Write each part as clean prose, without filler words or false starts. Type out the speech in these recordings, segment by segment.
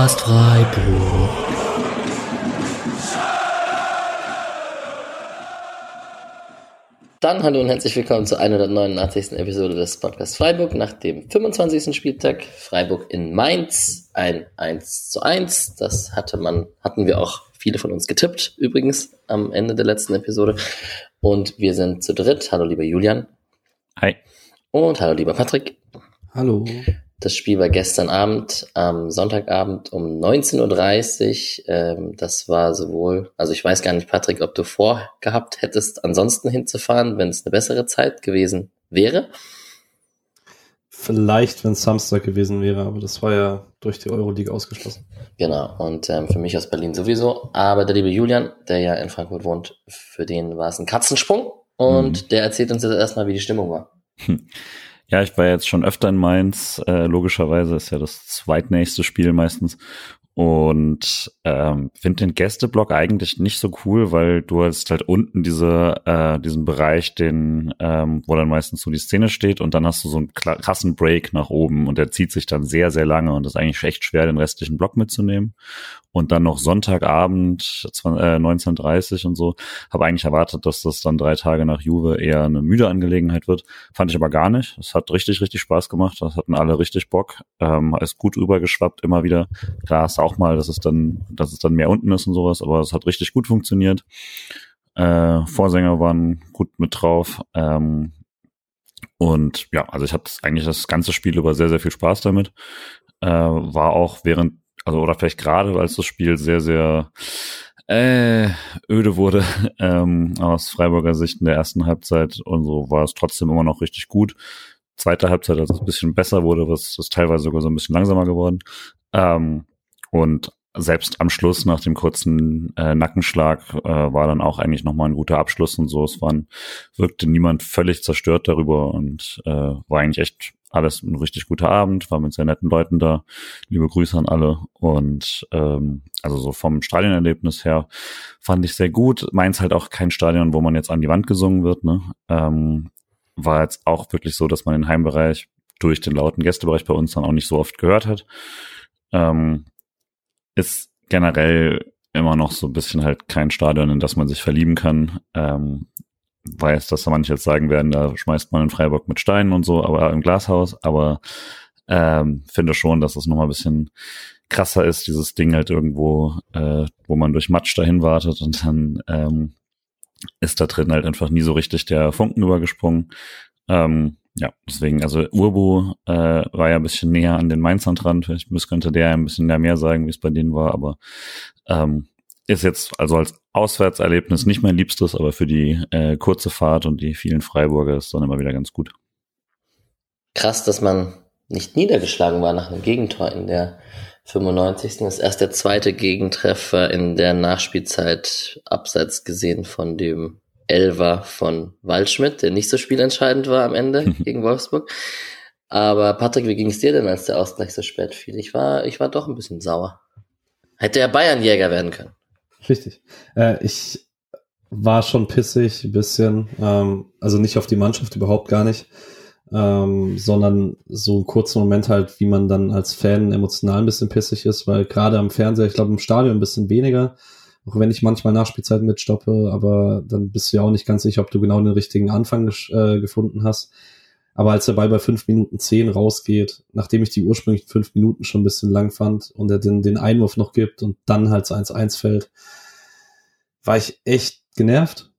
Podcast Freiburg. Dann hallo und herzlich willkommen zur 189. Episode des Podcast Freiburg nach dem 25. Spieltag. Freiburg in Mainz, ein 1:1. Das hatten wir auch viele von uns getippt, übrigens am Ende der letzten Episode. Und wir sind zu dritt. Hallo lieber Julian. Hi. Und hallo lieber Patrick. Hallo. Das Spiel war gestern Abend, am Sonntagabend um 19:30 Uhr. Das war sowohl, also ich weiß gar nicht, Patrick, ob du vorgehabt hättest, ansonsten hinzufahren, wenn es eine bessere Zeit gewesen wäre. Vielleicht, wenn es Samstag gewesen wäre, aber das war ja durch die Euroleague ausgeschlossen. Genau, und für mich aus Berlin sowieso. Aber der liebe Julian, der ja in Frankfurt wohnt, für den war es ein Katzensprung. Und der erzählt uns jetzt erstmal, wie die Stimmung war. Ja, ich war jetzt schon öfter in Mainz, logischerweise ist ja das zweitnächste Spiel meistens und finde den Gästeblock eigentlich nicht so cool, weil du hast halt unten diesen Bereich, wo dann meistens so die Szene steht und dann hast du so einen krassen Break nach oben und der zieht sich dann sehr, sehr lange und das ist eigentlich echt schwer, den restlichen Block mitzunehmen. Und dann noch Sonntagabend, 19:30 und so. Habe eigentlich erwartet, dass das dann 3 Tage nach Juve eher eine müde Angelegenheit wird. Fand ich aber gar nicht. Es hat richtig, richtig Spaß gemacht. Das hatten alle richtig Bock. Ist gut rübergeschwappt immer wieder. Klar ist auch mal, dass es dann mehr unten ist und sowas, aber es hat richtig gut funktioniert. Vorsänger waren gut mit drauf. Und ja, also ich hatte eigentlich das ganze Spiel über sehr, sehr viel Spaß damit. War auch oder vielleicht gerade, als das Spiel sehr, sehr öde wurde, aus Freiburger Sicht in der ersten Halbzeit und so, war es trotzdem immer noch richtig gut. Zweite Halbzeit, als es ein bisschen besser wurde, ist teilweise sogar so ein bisschen langsamer geworden. Und selbst am Schluss, nach dem kurzen Nackenschlag, war dann auch eigentlich nochmal ein guter Abschluss und so. Wirkte niemand völlig zerstört darüber und war eigentlich echt alles ein richtig guter Abend, war mit sehr netten Leuten da. Liebe Grüße an alle. Und also so vom Stadionerlebnis her fand ich sehr gut. Mainz halt auch kein Stadion, wo man jetzt an die Wand gesungen wird, ne? War jetzt auch wirklich so, dass man den Heimbereich durch den lauten Gästebereich bei uns dann auch nicht so oft gehört hat. Ist generell immer noch so ein bisschen halt kein Stadion, in das man sich verlieben kann. Weiß, dass manche jetzt sagen werden, da schmeißt man in Freiburg mit Steinen und so, aber im Glashaus, aber finde schon, dass es nochmal ein bisschen krasser ist, dieses Ding halt irgendwo, wo man durch Matsch dahin wartet und dann ist da drin halt einfach nie so richtig der Funken übergesprungen. Ja, deswegen, also Urbu war ja ein bisschen näher an den Mainzern dran, vielleicht könnte der ein bisschen mehr sagen, wie es bei denen war, aber ist jetzt also als Auswärtserlebnis nicht mein Liebstes, aber für die kurze Fahrt und die vielen Freiburger ist dann immer wieder ganz gut. Krass, dass man nicht niedergeschlagen war nach einem Gegentor in der 95. Das ist erst der zweite Gegentreffer in der Nachspielzeit, abseits gesehen von dem Elfer von Waldschmidt, der nicht so spielentscheidend war am Ende gegen Wolfsburg. Aber Patrick, wie ging es dir denn, als der Ausgleich so spät fiel? Ich war doch ein bisschen sauer. Hätte er Bayernjäger werden können. Richtig. Ich war schon pissig, ein bisschen. Also nicht auf die Mannschaft, überhaupt gar nicht. Sondern so einen kurzen Moment halt, wie man dann als Fan emotional ein bisschen pissig ist, weil gerade am Fernseher, ich glaube im Stadion ein bisschen weniger, auch wenn ich manchmal Nachspielzeiten mitstoppe, aber dann bist du ja auch nicht ganz sicher, ob du genau den richtigen Anfang gefunden hast. Aber als der Ball bei 5:10 rausgeht, nachdem ich die ursprünglichen 5 Minuten schon ein bisschen lang fand und er den Einwurf noch gibt und dann halt 1:1 fällt, war ich echt genervt.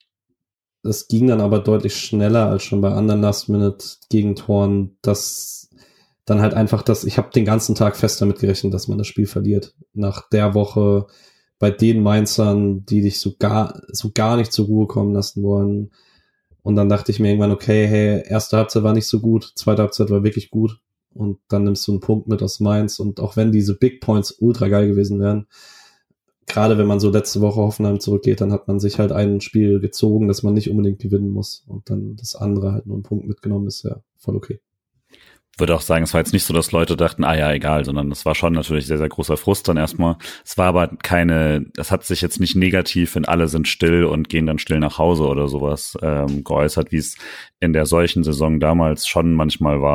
Es ging dann aber deutlich schneller als schon bei anderen Last-Minute-Gegentoren, dass dann halt einfach ich habe den ganzen Tag fest damit gerechnet, dass man das Spiel verliert. Nach der Woche bei den Mainzern, die dich so gar nicht zur Ruhe kommen lassen wollen. Und dann dachte ich mir irgendwann, okay, hey, erste Halbzeit war nicht so gut, zweite Halbzeit war wirklich gut. Und dann nimmst du einen Punkt mit aus Mainz. Und auch wenn diese Big Points ultra geil gewesen wären, gerade wenn man so letzte Woche Hoffenheim zurückgeht, dann hat man sich halt ein Spiel gezogen, das man nicht unbedingt gewinnen muss. Und dann das andere halt nur einen Punkt mitgenommen, ist ja voll okay. Würde auch sagen, es war jetzt nicht so, dass Leute dachten, ja, egal, sondern es war schon natürlich sehr, sehr großer Frust dann erstmal. Es war aber es hat sich jetzt nicht negativ, wenn alle sind still und gehen dann still nach Hause oder sowas geäußert, wie es in der solchen Saison damals schon manchmal war.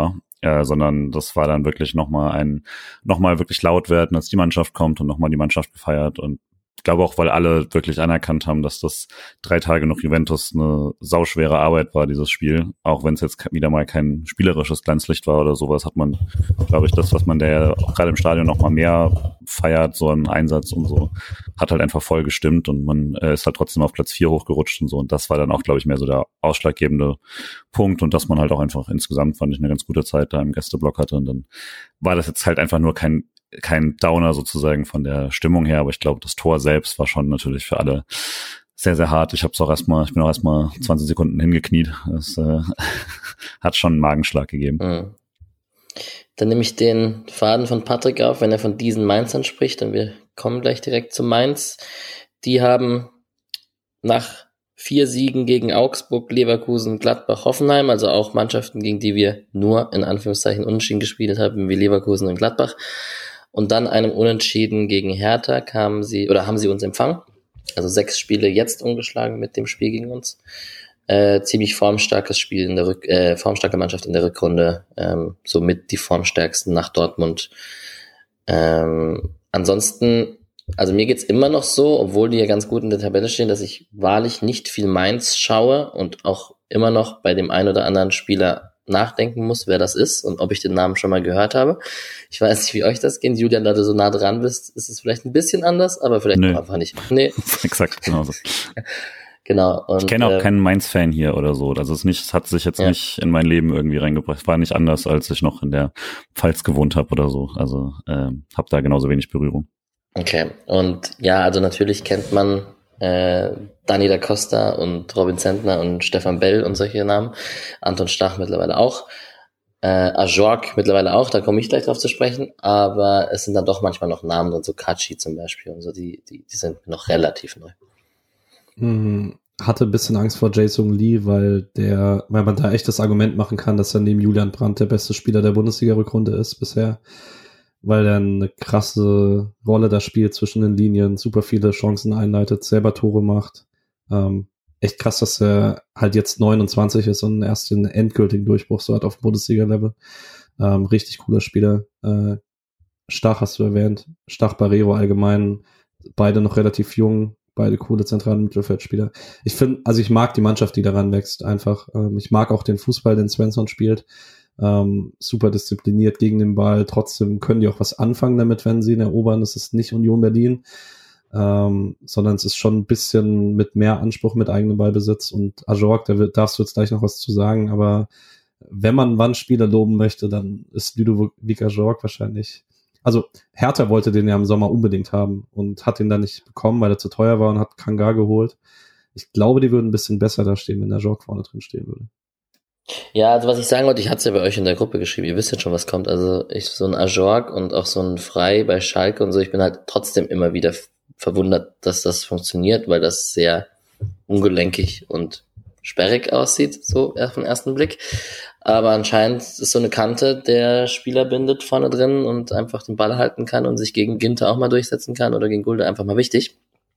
sondern das war dann wirklich nochmal wirklich laut werden, als die Mannschaft kommt und nochmal die Mannschaft gefeiert. Und ich glaube auch, weil alle wirklich anerkannt haben, dass das 3 Tage noch Juventus eine sauschwere Arbeit war, dieses Spiel. Auch wenn es jetzt wieder mal kein spielerisches Glanzlicht war oder sowas, hat man, glaube ich, das, was man da auch gerade im Stadion noch mal mehr feiert, so ein Einsatz und so, hat halt einfach voll gestimmt und man ist halt trotzdem auf Platz 4 hochgerutscht und so. Und das war dann auch, glaube ich, mehr so der ausschlaggebende Punkt und dass man halt auch einfach insgesamt, fand ich, eine ganz gute Zeit da im Gästeblock hatte. Und dann war das jetzt halt einfach nur kein Downer sozusagen von der Stimmung her, aber ich glaube, das Tor selbst war schon natürlich für alle sehr, sehr hart. Ich bin auch erstmal 20 Sekunden hingekniet. Das hat schon einen Magenschlag gegeben. Mhm. Dann nehme ich den Faden von Patrick auf, wenn er von diesen Mainzern spricht, und wir kommen gleich direkt zu Mainz. Die haben nach 4 Siegen gegen Augsburg, Leverkusen, Gladbach, Hoffenheim, also auch Mannschaften, gegen die wir nur in Anführungszeichen unentschieden gespielt haben, wie Leverkusen und Gladbach, und dann einem Unentschieden gegen Hertha haben sie uns empfangen. Also 6 Spiele jetzt ungeschlagen mit dem Spiel gegen uns. Ziemlich formstarkes Spiel formstarke Mannschaft in der Rückrunde, somit die formstärksten nach Dortmund. Ansonsten, also mir geht's immer noch so, obwohl die ja ganz gut in der Tabelle stehen, dass ich wahrlich nicht viel Mainz schaue und auch immer noch bei dem einen oder anderen Spieler nachdenken muss, wer das ist und ob ich den Namen schon mal gehört habe. Ich weiß nicht, wie euch das geht. Julian, da du so nah dran bist, ist es vielleicht ein bisschen anders, aber vielleicht auch einfach nicht. Nee. Exakt, genauso. Genau. Und, ich kenne auch keinen Mainz-Fan hier oder so. Also es hat sich jetzt nicht in mein Leben irgendwie reingebracht. War nicht anders, als ich noch in der Pfalz gewohnt habe oder so. Also habe da genauso wenig Berührung. Okay. Und ja, also natürlich kennt man Dani da Costa und Robin Zentner und Stefan Bell und solche Namen. Anton Stach mittlerweile auch. Ajorg mittlerweile auch, da komme ich gleich drauf zu sprechen. Aber es sind dann doch manchmal noch Namen drin, so Kachi zum Beispiel und so, die sind noch relativ neu. Hatte ein bisschen Angst vor Jae-Sung Lee, weil man da echt das Argument machen kann, dass er neben Julian Brandt der beste Spieler der Bundesliga-Rückrunde ist bisher, weil er eine krasse Rolle da spielt zwischen den Linien, super viele Chancen einleitet, selber Tore macht. Echt krass, dass er halt jetzt 29 ist und erst den endgültigen Durchbruch so hat auf Bundesliga-Level. Richtig cooler Spieler. Stach hast du erwähnt, Stach, Barreiro allgemein, beide noch relativ jung, beide coole zentrale Mittelfeldspieler. Ich mag die Mannschaft, die daran wächst, einfach. Ich mag auch den Fußball, den Svensson spielt. Super diszipliniert gegen den Ball. Trotzdem können die auch was anfangen damit, wenn sie ihn erobern. Das ist nicht Union Berlin, sondern es ist schon ein bisschen mit mehr Anspruch, mit eigenem Ballbesitz. Und Ajorg, darfst du jetzt gleich noch was zu sagen, aber wenn man wann Spieler loben möchte, dann ist Ludovic Ajorg wahrscheinlich. Also Hertha wollte den ja im Sommer unbedingt haben und hat ihn dann nicht bekommen, weil er zu teuer war, und hat Kanga geholt. Ich glaube, die würden ein bisschen besser da stehen, wenn Ajorg vorne drin stehen würde. Ja, also was ich sagen wollte, ich hatte es ja bei euch in der Gruppe geschrieben, ihr wisst jetzt schon, was kommt. Also so ein Ajorg und auch so ein Frei bei Schalke und so, ich bin halt trotzdem immer wieder verwundert, dass das funktioniert, weil das sehr ungelenkig und sperrig aussieht, so auf den ersten Blick. Aber anscheinend ist so eine Kante, der Spieler bindet vorne drin und einfach den Ball halten kann und sich gegen Ginter auch mal durchsetzen kann oder gegen Gulde, einfach mal wichtig.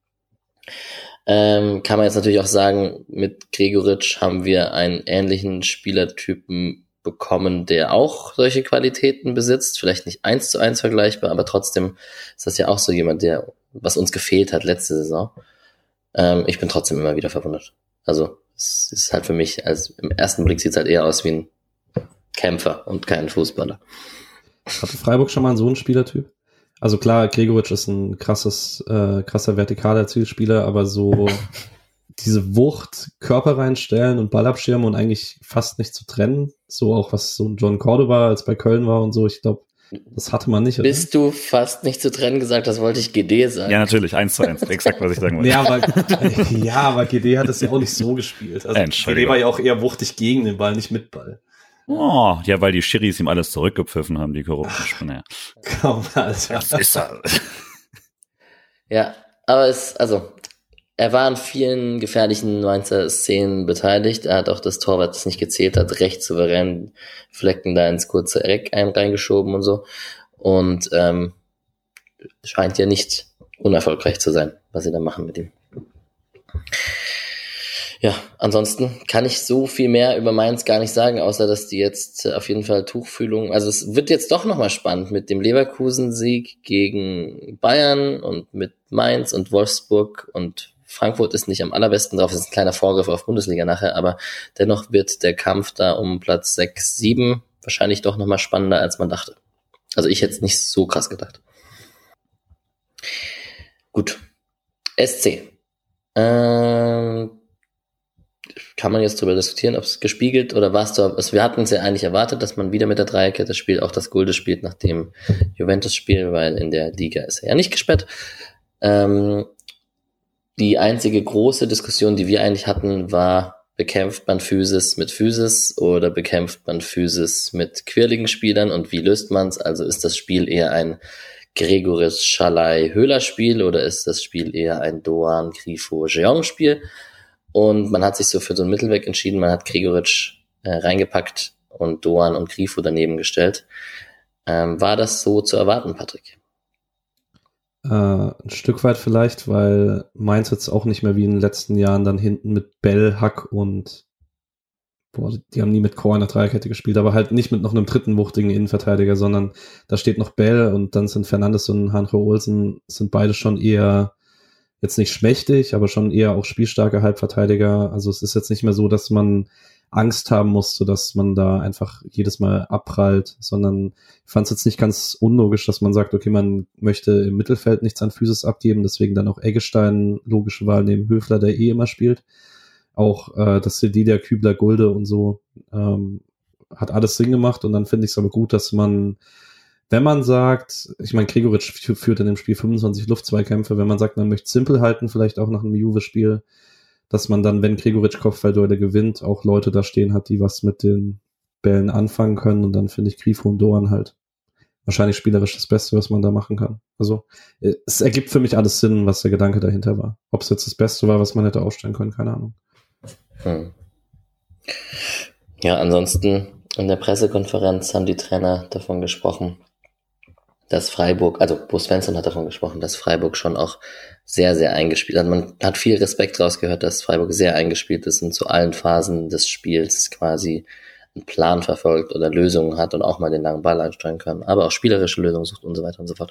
Kann man jetzt natürlich auch sagen, mit Gregoritsch haben wir einen ähnlichen Spielertypen bekommen, der auch solche Qualitäten besitzt. Vielleicht nicht 1:1 vergleichbar, aber trotzdem ist das ja auch so jemand, was uns gefehlt hat letzte Saison. Ich bin trotzdem immer wieder verwundert. Also es ist halt für mich, im ersten Blick sieht es halt eher aus wie ein Kämpfer und kein Fußballer. Hatte Freiburg schon mal so einen Spielertyp? Also klar, Gregoritsch ist ein krasser vertikaler Zielspieler, aber so diese Wucht, Körper reinstellen und Ball abschirmen und eigentlich fast nicht zu trennen, so auch was so ein John Cordoba als bei Köln war und so, ich glaube, das hatte man nicht, oder? Bist du fast nicht zu trennen gesagt, das wollte ich GD sagen. Ja, natürlich, 1:1, exakt, was ich sagen wollte. aber GD hat es ja auch nicht so gespielt. Also GD war ja auch eher wuchtig gegen den Ball, nicht mit Ball. Oh, ja, weil die Schiris ihm alles zurückgepfiffen haben, die korrupten Spinner. Komm, Alter. Das ist er. Ja, aber er war an vielen gefährlichen Mainzer Szenen beteiligt. Er hat auch das Tor, was nicht gezählt hat, recht souverän Flecken da ins kurze Eck reingeschoben und so. Und scheint ja nicht unerfolgreich zu sein, was sie da machen mit ihm. Ja, ansonsten kann ich so viel mehr über Mainz gar nicht sagen, außer dass die jetzt auf jeden Fall Tuchfühlung, also es wird jetzt doch nochmal spannend mit dem Leverkusen-Sieg gegen Bayern und mit Mainz und Wolfsburg, und Frankfurt ist nicht am allerbesten drauf, das ist ein kleiner Vorgriff auf Bundesliga nachher, aber dennoch wird der Kampf da um Platz 6, 7 wahrscheinlich doch nochmal spannender, als man dachte. Also ich hätte es nicht so krass gedacht. Gut. SC. Kann man jetzt darüber diskutieren, ob es gespiegelt oder war es so. Also wir hatten es ja eigentlich erwartet, dass man wieder mit der Dreierkette spielt, auch das Gulde spielt nach dem Juventus-Spiel, weil in der Liga ist er ja nicht gesperrt. Die einzige große Diskussion, die wir eigentlich hatten, war, bekämpft man Physis mit Physis oder bekämpft man Physis mit quirligen Spielern und wie löst man es? Also ist das Spiel eher ein Gregoris Schalai-Höhler-Spiel oder ist das Spiel eher ein Doan, Grifo, Jeong-Spiel? Und man hat sich so für so einen Mittelweg entschieden, man hat Gregoritsch reingepackt und Doan und Grifo daneben gestellt. War das so zu erwarten, Patrick? Ein Stück weit vielleicht, weil Mainz jetzt auch nicht mehr wie in den letzten Jahren dann hinten mit Bell, Hack und die haben nie mit Core in der Dreierkette gespielt, aber halt nicht mit noch einem dritten wuchtigen Innenverteidiger, sondern da steht noch Bell und dann sind Fernandes und Hanro Olsen, sind beide schon eher jetzt nicht schmächtig, aber schon eher auch spielstarke Halbverteidiger. Also es ist jetzt nicht mehr so, dass man Angst haben musste, dass man da einfach jedes Mal abprallt, sondern ich fand es jetzt nicht ganz unlogisch, dass man sagt, okay, man möchte im Mittelfeld nichts an Physis abgeben, deswegen dann auch Eggestein, logische Wahl neben Höfler, der immer spielt. Auch das CD der Kübler, Gulde und so hat alles Sinn gemacht und dann finde ich es aber gut, dass man, wenn man sagt, ich meine, Gregoritsch führt in dem Spiel 25 Luftzweikämpfe, wenn man sagt, man möchte simpel halten, vielleicht auch nach einem Juve-Spiel, dass man dann, wenn Gregoritsch Kopfballduelle gewinnt, auch Leute da stehen hat, die was mit den Bällen anfangen können und dann finde ich Grifo und Doan halt wahrscheinlich spielerisch das Beste, was man da machen kann. Also es ergibt für mich alles Sinn, was der Gedanke dahinter war. Ob es jetzt das Beste war, was man hätte aufstellen können, keine Ahnung. Ja, ansonsten in der Pressekonferenz haben die Trainer davon gesprochen, dass Freiburg, also Bo Svensson hat davon gesprochen, dass Freiburg schon auch sehr, sehr eingespielt hat. Man hat viel Respekt rausgehört, dass Freiburg sehr eingespielt ist und zu allen Phasen des Spiels quasi einen Plan verfolgt oder Lösungen hat und auch mal den langen Ball einsteuern kann, aber auch spielerische Lösungen sucht und so weiter und so fort.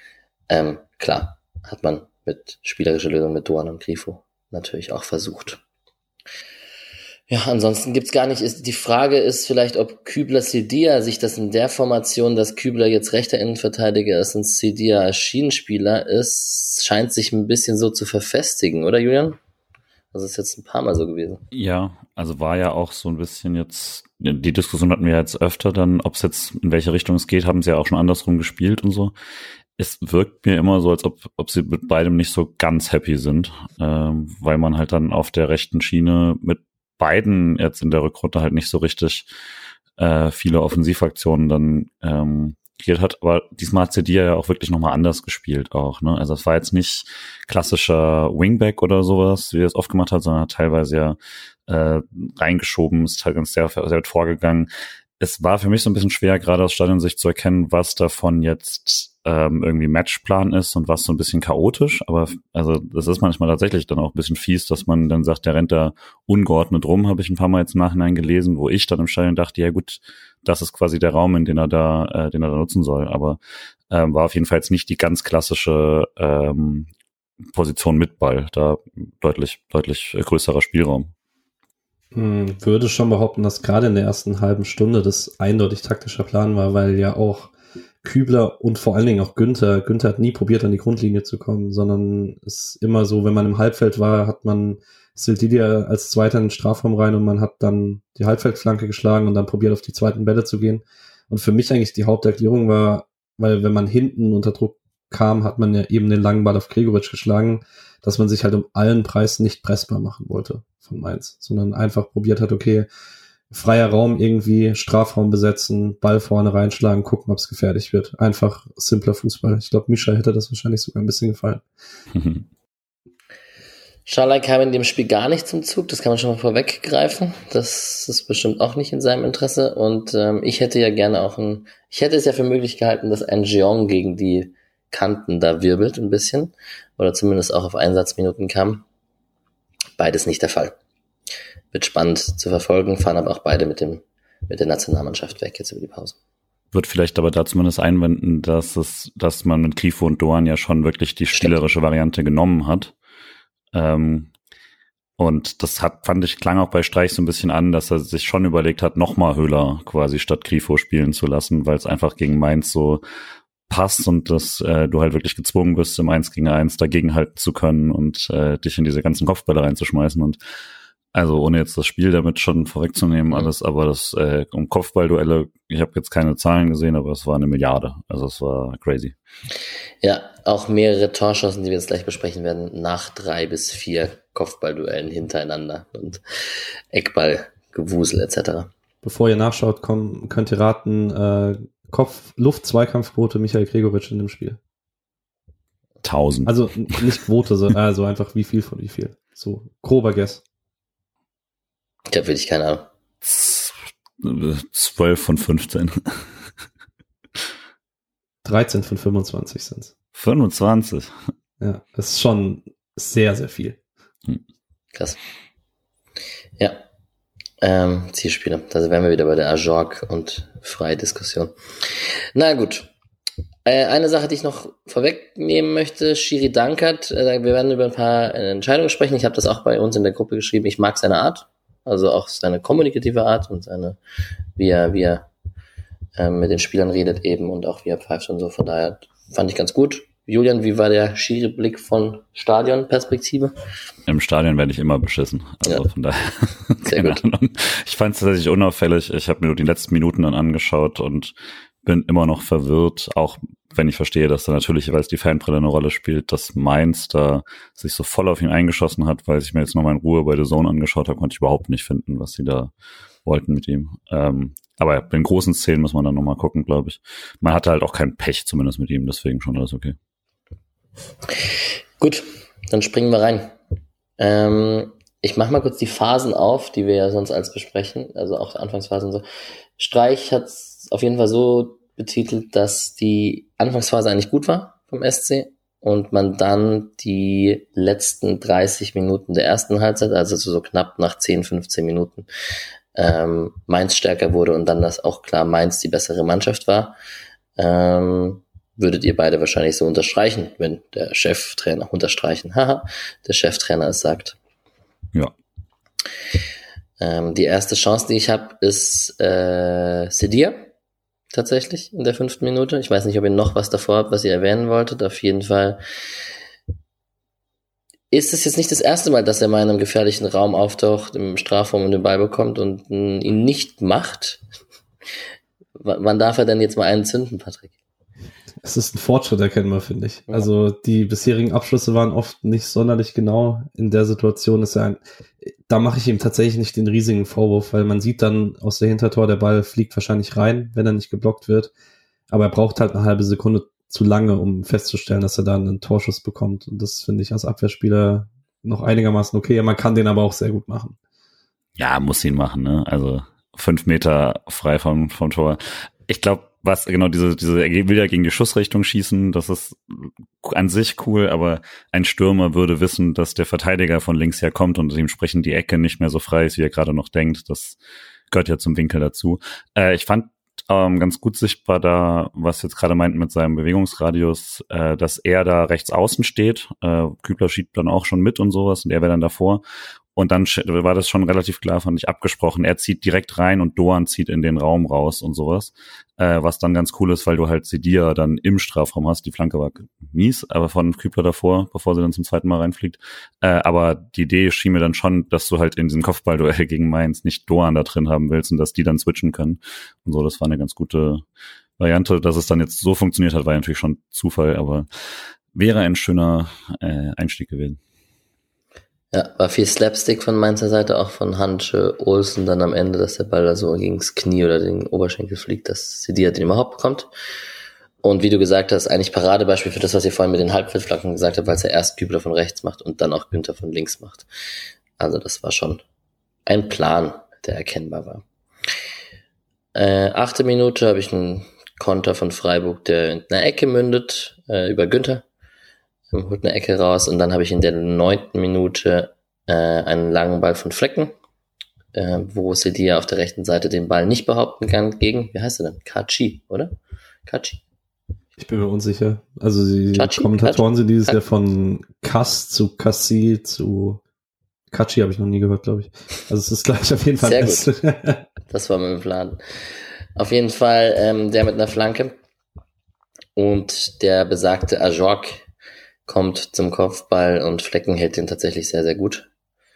Klar, hat man mit spielerischer Lösung mit Doan und Grifo natürlich auch versucht. Ja, ansonsten gibt's gar nicht, die Frage ist vielleicht, ob Kübler-Sidia sich das in der Formation, dass Kübler jetzt rechter Innenverteidiger ist und Sidia als Schienenspieler ist, scheint sich ein bisschen so zu verfestigen, oder Julian? Das ist jetzt ein paar Mal so gewesen. Ja, also war ja auch so ein bisschen jetzt, die Diskussion hatten wir jetzt öfter dann, ob es jetzt in welche Richtung es geht, haben sie ja auch schon andersrum gespielt und so. Es wirkt mir immer so, als ob sie mit beidem nicht so ganz happy sind, weil man halt dann auf der rechten Schiene mit beiden jetzt in der Rückrunde halt nicht so richtig viele Offensivaktionen dann gespielt hat, aber diesmal hat Sidia ja auch wirklich nochmal anders gespielt auch, ne? Also es war jetzt nicht klassischer Wingback oder sowas, wie er es oft gemacht hat, sondern hat teilweise ja reingeschoben, ist halt ganz sehr weit vorgegangen. Es war für mich so ein bisschen schwer, gerade aus Stadionsicht zu erkennen, was davon jetzt irgendwie Matchplan ist und was so ein bisschen chaotisch, aber also das ist manchmal tatsächlich dann auch ein bisschen fies, dass man dann sagt, der rennt da ungeordnet rum, habe ich ein paar Mal jetzt im Nachhinein gelesen, wo ich dann im Stadion dachte, ja gut, das ist quasi der Raum, in den er da nutzen soll, aber war auf jeden Fall jetzt nicht die ganz klassische Position mit Ball, da deutlich größerer Spielraum. Würde schon behaupten, dass gerade in der ersten halben Stunde das eindeutig taktischer Plan war, weil ja auch Kübler und vor allen Dingen auch Günther hat nie probiert, an die Grundlinie zu kommen, sondern es ist immer so, wenn man im Halbfeld war, hat man Sildidia als Zweiter in den Strafraum rein und man hat dann die Halbfeldflanke geschlagen und dann probiert, auf die zweiten Bälle zu gehen. Und für mich eigentlich die Haupterklärung war, weil wenn man hinten unter Druck kam, hat man ja eben den langen Ball auf Gregoritsch geschlagen, dass man sich halt um allen Preis nicht pressbar machen wollte von Mainz, sondern einfach probiert hat, okay, freier Raum irgendwie, Strafraum besetzen, Ball vorne reinschlagen, gucken, ob es gefährlich wird. Einfach simpler Fußball. Ich glaube, Mischa hätte das wahrscheinlich sogar ein bisschen gefallen. Schalai kam in dem Spiel gar nicht zum Zug, das kann man schon mal vorweggreifen. Das ist bestimmt auch nicht in seinem Interesse. Und ich hätte ja gerne ich hätte es ja für möglich gehalten, dass ein Jeong gegen die Kanten da wirbelt ein bisschen. Oder zumindest auch auf Einsatzminuten kam. Beides nicht der Fall. wird spannend zu verfolgen, fahren aber auch beide mit der Nationalmannschaft weg jetzt über die Pause. Wird vielleicht aber da zumindest einwenden, dass man mit Grifo und Doan ja schon wirklich die spielerische Variante genommen hat. Und das klang auch bei Streich so ein bisschen an, dass er sich schon überlegt hat, nochmal Höhler quasi statt Grifo spielen zu lassen, weil es einfach gegen Mainz so passt und dass du halt wirklich gezwungen bist, im 1 gegen 1 dagegen halten zu können und dich in diese ganzen Kopfbälle reinzuschmeißen. Und also ohne jetzt das Spiel damit schon vorwegzunehmen, alles, aber das um Kopfballduelle, ich habe jetzt keine Zahlen gesehen, aber es war 1 Milliarde. Also es war crazy. Ja, auch mehrere Torschancen, die wir jetzt gleich besprechen werden, nach 3 bis 4 Kopfballduellen hintereinander und Eckballgewusel etc. Bevor ihr nachschaut, könnt ihr raten, Luft-Zweikampfquote Michael Gregoritsch in dem Spiel. 1000. Also nicht Quote, also einfach wie viel von wie viel. So, grober Guess. Ich habe wirklich keine Ahnung. 12 von 15. 13 von 25 sind's. 25? Ja, das ist schon sehr, sehr viel. Krass. Ja. Zielspieler. Da wären wir wieder bei der Ajorg und Freidiskussion. Na gut. Eine Sache, die ich noch vorwegnehmen möchte, Schiri Dankert, wir werden über ein paar Entscheidungen sprechen. Ich habe das auch bei uns in der Gruppe geschrieben. Ich mag seine Art, also auch seine kommunikative Art und wie er mit den Spielern redet eben und auch wie er pfeift und so. Von daher fand ich ganz gut. Julian, wie war der Schiri-Blick von Stadionperspektive? Im Stadion werde ich immer beschissen. Also von daher, sehr gut. Ahnung. Ich fand es tatsächlich unauffällig. Ich habe mir nur die letzten Minuten dann angeschaut und bin immer noch verwirrt, auch wenn ich verstehe, dass da natürlich jeweils die Fanbrille eine Rolle spielt, dass Mainz da sich so voll auf ihn eingeschossen hat, weil ich mir jetzt nochmal in Ruhe bei The Zone angeschaut habe, konnte ich überhaupt nicht finden, was sie da wollten mit ihm. Aber bei den großen Szenen muss man dann nochmal gucken, glaube ich. Man hatte halt auch kein Pech, zumindest mit ihm, deswegen schon alles okay. Gut, dann springen wir rein. Ich mache mal kurz die Phasen auf, die wir ja sonst als besprechen, also auch Anfangsphasen und so. Streich hat es auf jeden Fall so betitelt, dass die Anfangsphase eigentlich gut war vom SC und man dann die letzten 30 Minuten der ersten Halbzeit, also so knapp nach 10, 15 Minuten, Mainz stärker wurde und dann, dass auch klar Mainz die bessere Mannschaft war. Würdet ihr beide wahrscheinlich so unterstreichen, wenn der Cheftrainer der Cheftrainer es sagt. Ja. Die erste Chance, die ich habe, ist Sedia tatsächlich in der 5. Minute. Ich weiß nicht, ob ihr noch was davor habt, was ihr erwähnen wolltet. Auf jeden Fall ist es jetzt nicht das erste Mal, dass er mal in einem gefährlichen Raum auftaucht, im Strafraum und den Ball bekommt und ihn nicht macht. Wann darf er denn jetzt mal einen zünden, Patrick? Es ist ein Fortschritt erkennbar, finde ich. Ja. Also die bisherigen Abschlüsse waren oft nicht sonderlich genau. In der Situation da mache ich ihm tatsächlich nicht den riesigen Vorwurf, weil man sieht dann aus der Hintertor, der Ball fliegt wahrscheinlich rein, wenn er nicht geblockt wird. Aber er braucht halt eine halbe Sekunde zu lange, um festzustellen, dass er da einen Torschuss bekommt. Und das finde ich als Abwehrspieler noch einigermaßen okay. Man kann den aber auch sehr gut machen. Ja, muss ihn machen, ne? Also 5 Meter frei vom Tor. Ich glaube, was genau diese will ja gegen die Schussrichtung schießen, das ist an sich cool, aber ein Stürmer würde wissen, dass der Verteidiger von links her kommt und dementsprechend die Ecke nicht mehr so frei ist, wie er gerade noch denkt. Das gehört ja zum Winkel dazu. Ich fand ganz gut sichtbar da, was jetzt gerade meint mit seinem Bewegungsradius, dass er da rechts außen steht. Kübler schiebt dann auch schon mit und sowas und er wäre dann davor. Und dann war das schon relativ klar, fand ich, abgesprochen. Er zieht direkt rein und Doan zieht in den Raum raus und sowas. Was dann ganz cool ist, weil du halt Sedia dann im Strafraum hast. Die Flanke war mies, aber von Kübler davor, bevor sie dann zum zweiten Mal reinfliegt. Aber die Idee schien mir dann schon, dass du halt in diesem Kopfballduell gegen Mainz nicht Doan da drin haben willst und dass die dann switchen können. Und so, das war eine ganz gute Variante. Dass es dann jetzt so funktioniert hat, war natürlich schon Zufall, aber wäre ein schöner Einstieg gewesen. Ja, war viel Slapstick von Mainzer Seite, auch von Hanche Olsen dann am Ende, dass der Ball da so gegens Knie oder den Oberschenkel fliegt, dass Sedia den überhaupt bekommt. Und wie du gesagt hast, eigentlich Paradebeispiel für das, was ihr vorhin mit den Halbfeldflanken gesagt habt, weil es ja erst Kübler von rechts macht und dann auch Günther von links macht. Also das war schon ein Plan, der erkennbar war. 8. Minute habe ich einen Konter von Freiburg, der in einer Ecke mündet, über Günther. Holt eine Ecke raus und dann habe ich in der 9. Minute einen langen Ball von Flecken wo Sedia auf der rechten Seite den Ball nicht behaupten kann gegen, wie heißt er denn? Kachi, oder? Kachi. Ich bin mir unsicher. Also die Kommentatoren sind dieses Jahr von Kass zu Kassi zu Kachi habe ich noch nie gehört, glaube ich. Also es ist gleich auf jeden Fall. Sehr gut. Das war mein Plan. Auf jeden Fall der mit einer Flanke und der besagte Ajorc kommt zum Kopfball und Flecken hält den tatsächlich sehr, sehr gut.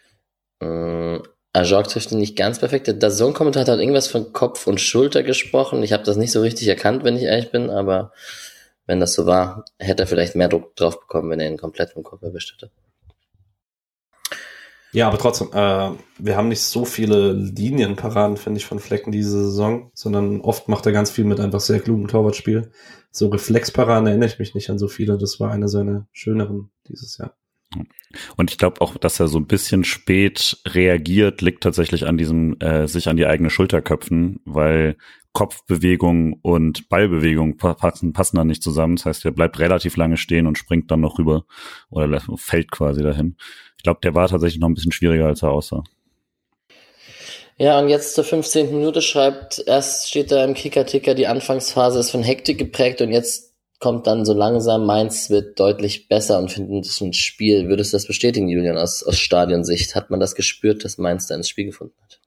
Ajorc trifft ihn nicht ganz perfekt. Der DAZN-Kommentator hat irgendwas von Kopf und Schulter gesprochen. Ich habe das nicht so richtig erkannt, wenn ich ehrlich bin, aber wenn das so war, hätte er vielleicht mehr Druck drauf bekommen, wenn er ihn komplett vom Kopf erwischt hätte. Ja, aber trotzdem, wir haben nicht so viele Linienparaden, finde ich, von Flecken diese Saison, sondern oft macht er ganz viel mit einfach sehr klugem Torwartspiel. So Reflexparaden erinnere ich mich nicht an so viele. Das war eine seiner schöneren dieses Jahr. Und ich glaube auch, dass er so ein bisschen spät reagiert, liegt tatsächlich an diesem sich an die eigene Schulter köpfen, weil Kopfbewegung und Ballbewegung passen dann nicht zusammen. Das heißt, er bleibt relativ lange stehen und springt dann noch rüber oder fällt quasi dahin. Ich glaube, der war tatsächlich noch ein bisschen schwieriger, als er aussah. Ja, und jetzt zur 15. Minute erst steht da im Kicker-Ticker, die Anfangsphase ist von Hektik geprägt und jetzt kommt dann so langsam, Mainz wird deutlich besser und finden das ein Spiel. Würdest du das bestätigen, Julian, aus Stadionsicht? Hat man das gespürt, dass Mainz da ins Spiel gefunden hat?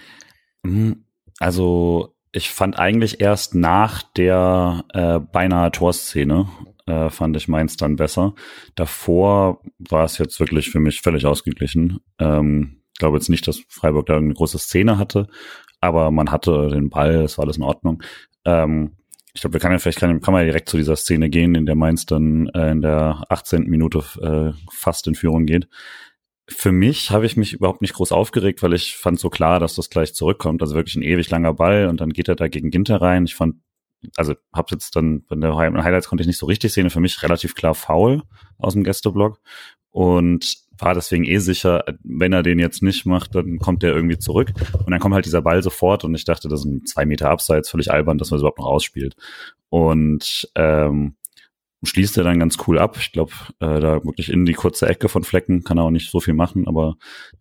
Also ich fand eigentlich erst nach der beinahe Torszene fand ich Mainz dann besser. Davor war es jetzt wirklich für mich völlig ausgeglichen. Ich glaube jetzt nicht, dass Freiburg da irgendeine große Szene hatte, aber man hatte den Ball, es war alles in Ordnung. Ich glaube, kann man ja direkt zu dieser Szene gehen, in der Mainz dann in der 18. Minute fast in Führung geht. Für mich habe ich mich überhaupt nicht groß aufgeregt, weil ich fand so klar, dass das gleich zurückkommt. Also wirklich ein ewig langer Ball und dann geht er da gegen Ginter rein. Ich fand, also habe jetzt dann, bei der Highlights konnte ich nicht so richtig sehen, für mich relativ klar Foul aus dem Gästeblock und war deswegen sicher, wenn er den jetzt nicht macht, dann kommt der irgendwie zurück und dann kommt halt dieser Ball sofort und ich dachte, das sind 2 Meter Abseits, völlig albern, dass man es überhaupt noch ausspielt und schließt er dann ganz cool ab. Ich glaube, da wirklich in die kurze Ecke von Flecken kann er auch nicht so viel machen, aber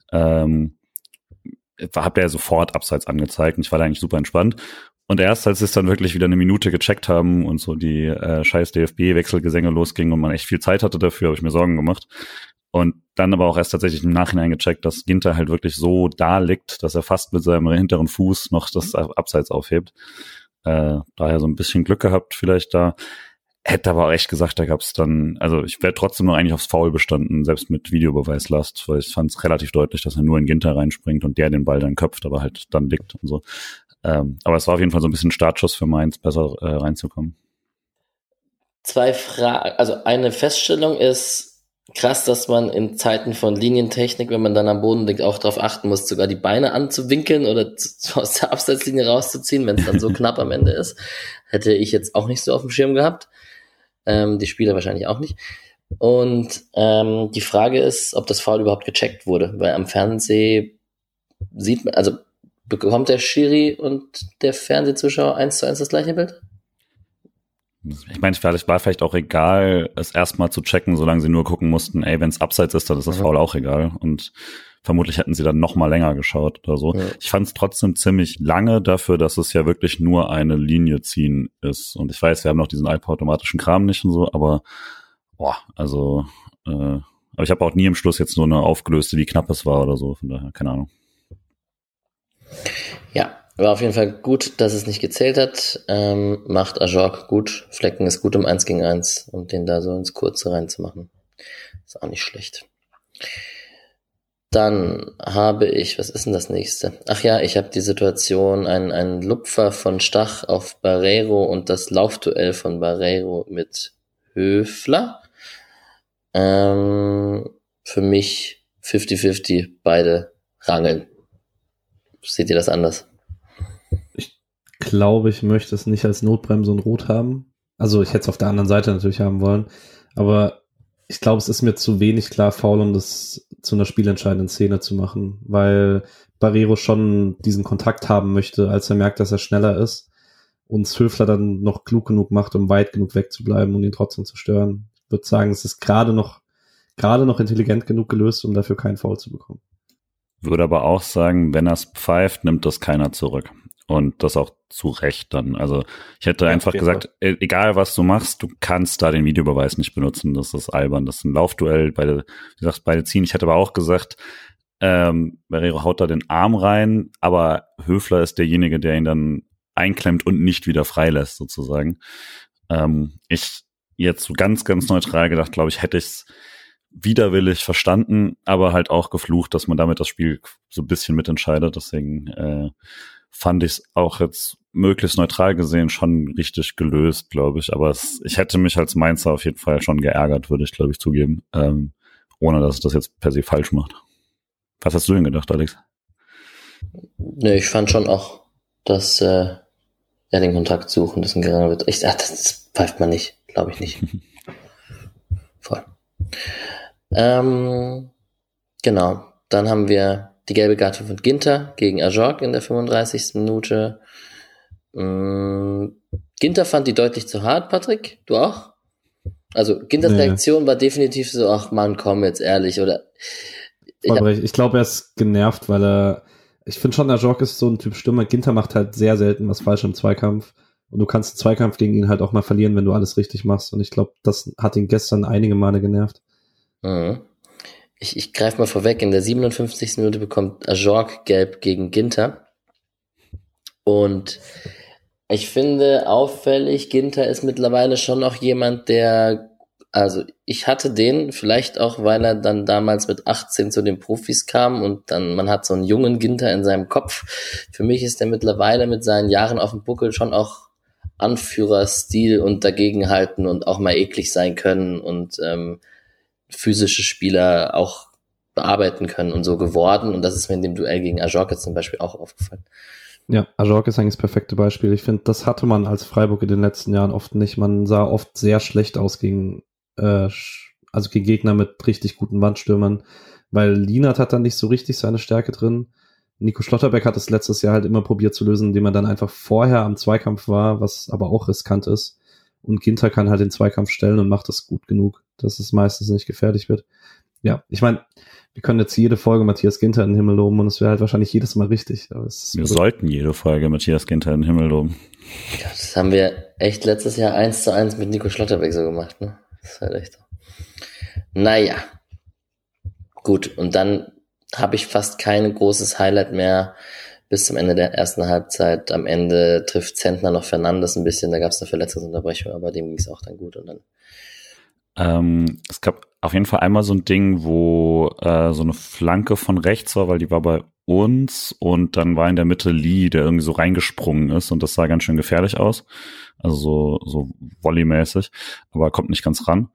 hat er sofort Abseits angezeigt und ich war da eigentlich super entspannt. Und erst als es dann wirklich wieder eine Minute gecheckt haben und so die scheiß DFB-Wechselgesänge losging und man echt viel Zeit hatte dafür, habe ich mir Sorgen gemacht. Und dann aber auch erst tatsächlich im Nachhinein gecheckt, dass Ginter halt wirklich so da liegt, dass er fast mit seinem hinteren Fuß noch das Abseits aufhebt. Daher so ein bisschen Glück gehabt vielleicht da. Hätte aber auch echt gesagt, da gab es dann, also ich wäre trotzdem noch eigentlich aufs Foul bestanden, selbst mit Videobeweislast, weil ich fand es relativ deutlich, dass er nur in Ginter reinspringt und der den Ball dann köpft, aber halt dann liegt und so. Aber es war auf jeden Fall so ein bisschen Startschuss für Mainz, besser reinzukommen. 2 Fragen, also eine Feststellung ist krass, dass man in Zeiten von Linientechnik, wenn man dann am Boden liegt, auch darauf achten muss, sogar die Beine anzuwinkeln oder aus der Abseitslinie rauszuziehen, wenn es dann so knapp am Ende ist. Hätte ich jetzt auch nicht so auf dem Schirm gehabt. Die Spieler wahrscheinlich auch nicht. Und die Frage ist, ob das Foul überhaupt gecheckt wurde, weil am Fernsehen sieht man, also bekommt der Schiri und der Fernsehzuschauer 1:1 das gleiche Bild? Ich meine, es war vielleicht auch egal, es erstmal zu checken, solange sie nur gucken mussten, wenn es abseits ist, dann ist das Foul auch egal. Und vermutlich hätten sie dann noch mal länger geschaut oder so. Ja. Ich fand es trotzdem ziemlich lange dafür, dass es ja wirklich nur eine Linie ziehen ist. Und ich weiß, wir haben noch diesen automatischen Kram nicht und so, aber aber ich habe auch nie im Schluss jetzt nur eine aufgelöste, wie knapp es war oder so. Von daher, keine Ahnung. Ja, war auf jeden Fall gut, dass es nicht gezählt hat. Macht Ajorc gut. Flecken ist gut im 1 gegen 1 und den da so ins Kurze reinzumachen. Ist auch nicht schlecht. Dann habe ich, was ist denn das nächste? Ach ja, ich habe die Situation, ein Lupfer von Stach auf Barreiro und das Laufduell von Barreiro mit Höfler. Für mich 50-50, beide rangeln. Seht ihr das anders? Ich glaube, ich möchte es nicht als Notbremse und Rot haben. Also ich hätte es auf der anderen Seite natürlich haben wollen, aber ich glaube, es ist mir zu wenig klar faul, um das zu einer spielentscheidenden Szene zu machen, weil Barreiro schon diesen Kontakt haben möchte, als er merkt, dass er schneller ist und Höfler dann noch klug genug macht, um weit genug wegzubleiben und ihn trotzdem zu stören. Ich würde sagen, es ist gerade noch intelligent genug gelöst, um dafür keinen Foul zu bekommen. Würde aber auch sagen, wenn er es pfeift, nimmt das keiner zurück. Und das auch zu Recht dann. Also ich hätte einfach gesagt, egal was du machst, du kannst da den Videobeweis nicht benutzen. Das ist albern. Das ist ein Laufduell. Beide ziehen. Ich hätte aber auch gesagt, Barreiro haut da den Arm rein, aber Höfler ist derjenige, der ihn dann einklemmt und nicht wieder freilässt, sozusagen. Ich jetzt so ganz, ganz neutral gedacht, glaube ich, hätte ich es widerwillig verstanden, aber halt auch geflucht, dass man damit das Spiel so ein bisschen mitentscheidet. Deswegen fand ich es auch jetzt möglichst neutral gesehen schon richtig gelöst, glaube ich. Aber ich hätte mich als Mainzer auf jeden Fall schon geärgert, würde ich, glaube ich, zugeben, ohne dass es das jetzt per se falsch macht. Was hast du denn gedacht, Alex? Ne, ich fand schon auch, dass er den Kontakt suchen, dass ein gegangen wird. Das pfeift man nicht, glaube ich nicht. Voll. Genau, dann haben wir die gelbe Karte von Ginter gegen Ajorc in der 35. Minute. Ginter fand die deutlich zu hart, Patrick. Du auch? Also Ginters Reaktion war definitiv so, ach Mann, komm jetzt ehrlich. Oder ich glaube, er ist genervt, weil ich finde schon, Ajorc ist so ein Typ Stürmer. Ginter macht halt sehr selten was falsch im Zweikampf. Und du kannst einen Zweikampf gegen ihn halt auch mal verlieren, wenn du alles richtig machst. Und ich glaube, das hat ihn gestern einige Male genervt. Mhm. Ich greife mal vorweg, in der 57. Minute bekommt Ajorc gelb gegen Ginter. Und ich finde auffällig, Ginter ist mittlerweile schon noch jemand, also ich hatte den, vielleicht auch, weil er dann damals mit 18 zu den Profis kam und dann, man hat so einen jungen Ginter in seinem Kopf. Für mich ist er mittlerweile mit seinen Jahren auf dem Buckel schon auch Anführerstil und dagegenhalten und auch mal eklig sein können und physische Spieler auch bearbeiten können und so geworden. Und das ist mir in dem Duell gegen Ajorc jetzt zum Beispiel auch aufgefallen. Ja, Ajorc ist eigentlich das perfekte Beispiel. Ich finde, das hatte man als Freiburg in den letzten Jahren oft nicht. Man sah oft sehr schlecht aus gegen Gegner mit richtig guten Wandstürmern, weil Lienert hat dann nicht so richtig seine Stärke drin. Nico Schlotterbeck hat es letztes Jahr halt immer probiert zu lösen, indem er dann einfach vorher am Zweikampf war, was aber auch riskant ist. Und Ginter kann halt den Zweikampf stellen und macht das gut genug, dass es meistens nicht gefährlich wird. Ja, ich meine, wir können jetzt jede Folge Matthias Ginter in den Himmel loben und es wäre halt wahrscheinlich jedes Mal richtig. Aber wir sollten jede Folge Matthias Ginter in den Himmel loben. Ja, das haben wir echt letztes Jahr 1:1 mit Nico Schlotterbeck so gemacht, ne? Das ist halt echt so. Naja. Gut, und dann habe ich fast kein großes Highlight mehr bis zum Ende der ersten Halbzeit. Am Ende trifft Zentner noch Fernandes ein bisschen, da gab es eine Verletzungsunterbrechung, aber dem ging es auch dann gut. Und dann es gab auf jeden Fall einmal so ein Ding, wo so eine Flanke von rechts war, weil die war bei uns und dann war in der Mitte Lee, der irgendwie so reingesprungen ist und das sah ganz schön gefährlich aus. Also so volleymäßig, aber kommt nicht ganz ran.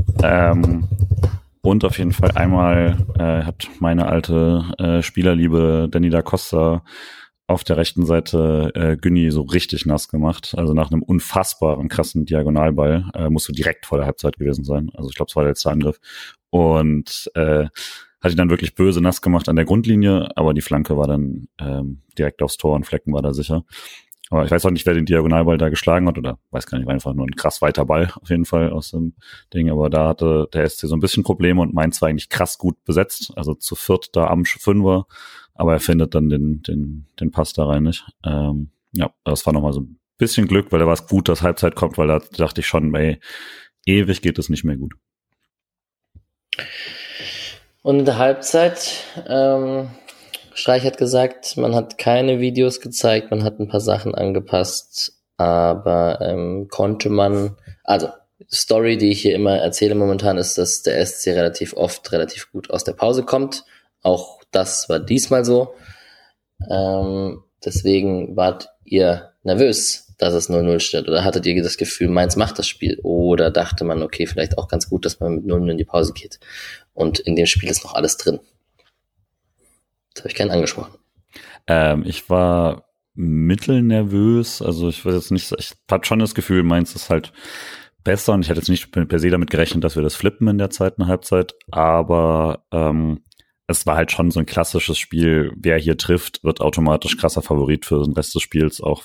Und auf jeden Fall einmal hat meine alte Spielerliebe Danny da Costa auf der rechten Seite Günni so richtig nass gemacht. Also nach einem unfassbaren, krassen Diagonalball. Musste direkt vor der Halbzeit gewesen sein. Also ich glaube, es war der letzte Angriff. Und hat ihn dann wirklich böse nass gemacht an der Grundlinie, aber die Flanke war dann direkt aufs Tor und Flecken war da sicher. Aber ich weiß auch nicht, wer den Diagonalball da geschlagen hat oder weiß gar nicht, war einfach nur ein krass weiter Ball auf jeden Fall aus dem Ding. Aber da hatte der SC so ein bisschen Probleme und Mainz war eigentlich krass gut besetzt. Also zu viert da am Fünfer, aber er findet dann den Pass da rein nicht. Ja, das war nochmal so ein bisschen Glück, weil da war es gut, dass Halbzeit kommt, weil da dachte ich schon, ey, ewig geht es nicht mehr gut. Und in der Halbzeit, Streich hat gesagt, man hat keine Videos gezeigt, man hat ein paar Sachen angepasst, aber konnte man, also Story, die ich hier immer erzähle momentan, ist, dass der SC relativ oft relativ gut aus der Pause kommt. Auch das war diesmal so. Deswegen wart ihr nervös, dass es 0-0 steht? Oder hattet ihr das Gefühl, Mainz macht das Spiel? Oder dachte man, okay, vielleicht auch ganz gut, dass man mit 0-0 in die Pause geht und in dem Spiel ist noch alles drin? Das habe ich keinen angesprochen. Ich war mittelnervös, also ich weiß jetzt nicht, ich hatte schon das Gefühl, Mainz ist halt besser und ich hätte jetzt nicht per se damit gerechnet, dass wir das flippen in der zweiten Halbzeit, aber es war halt schon so ein klassisches Spiel, wer hier trifft, wird automatisch krasser Favorit für den Rest des Spiels, auch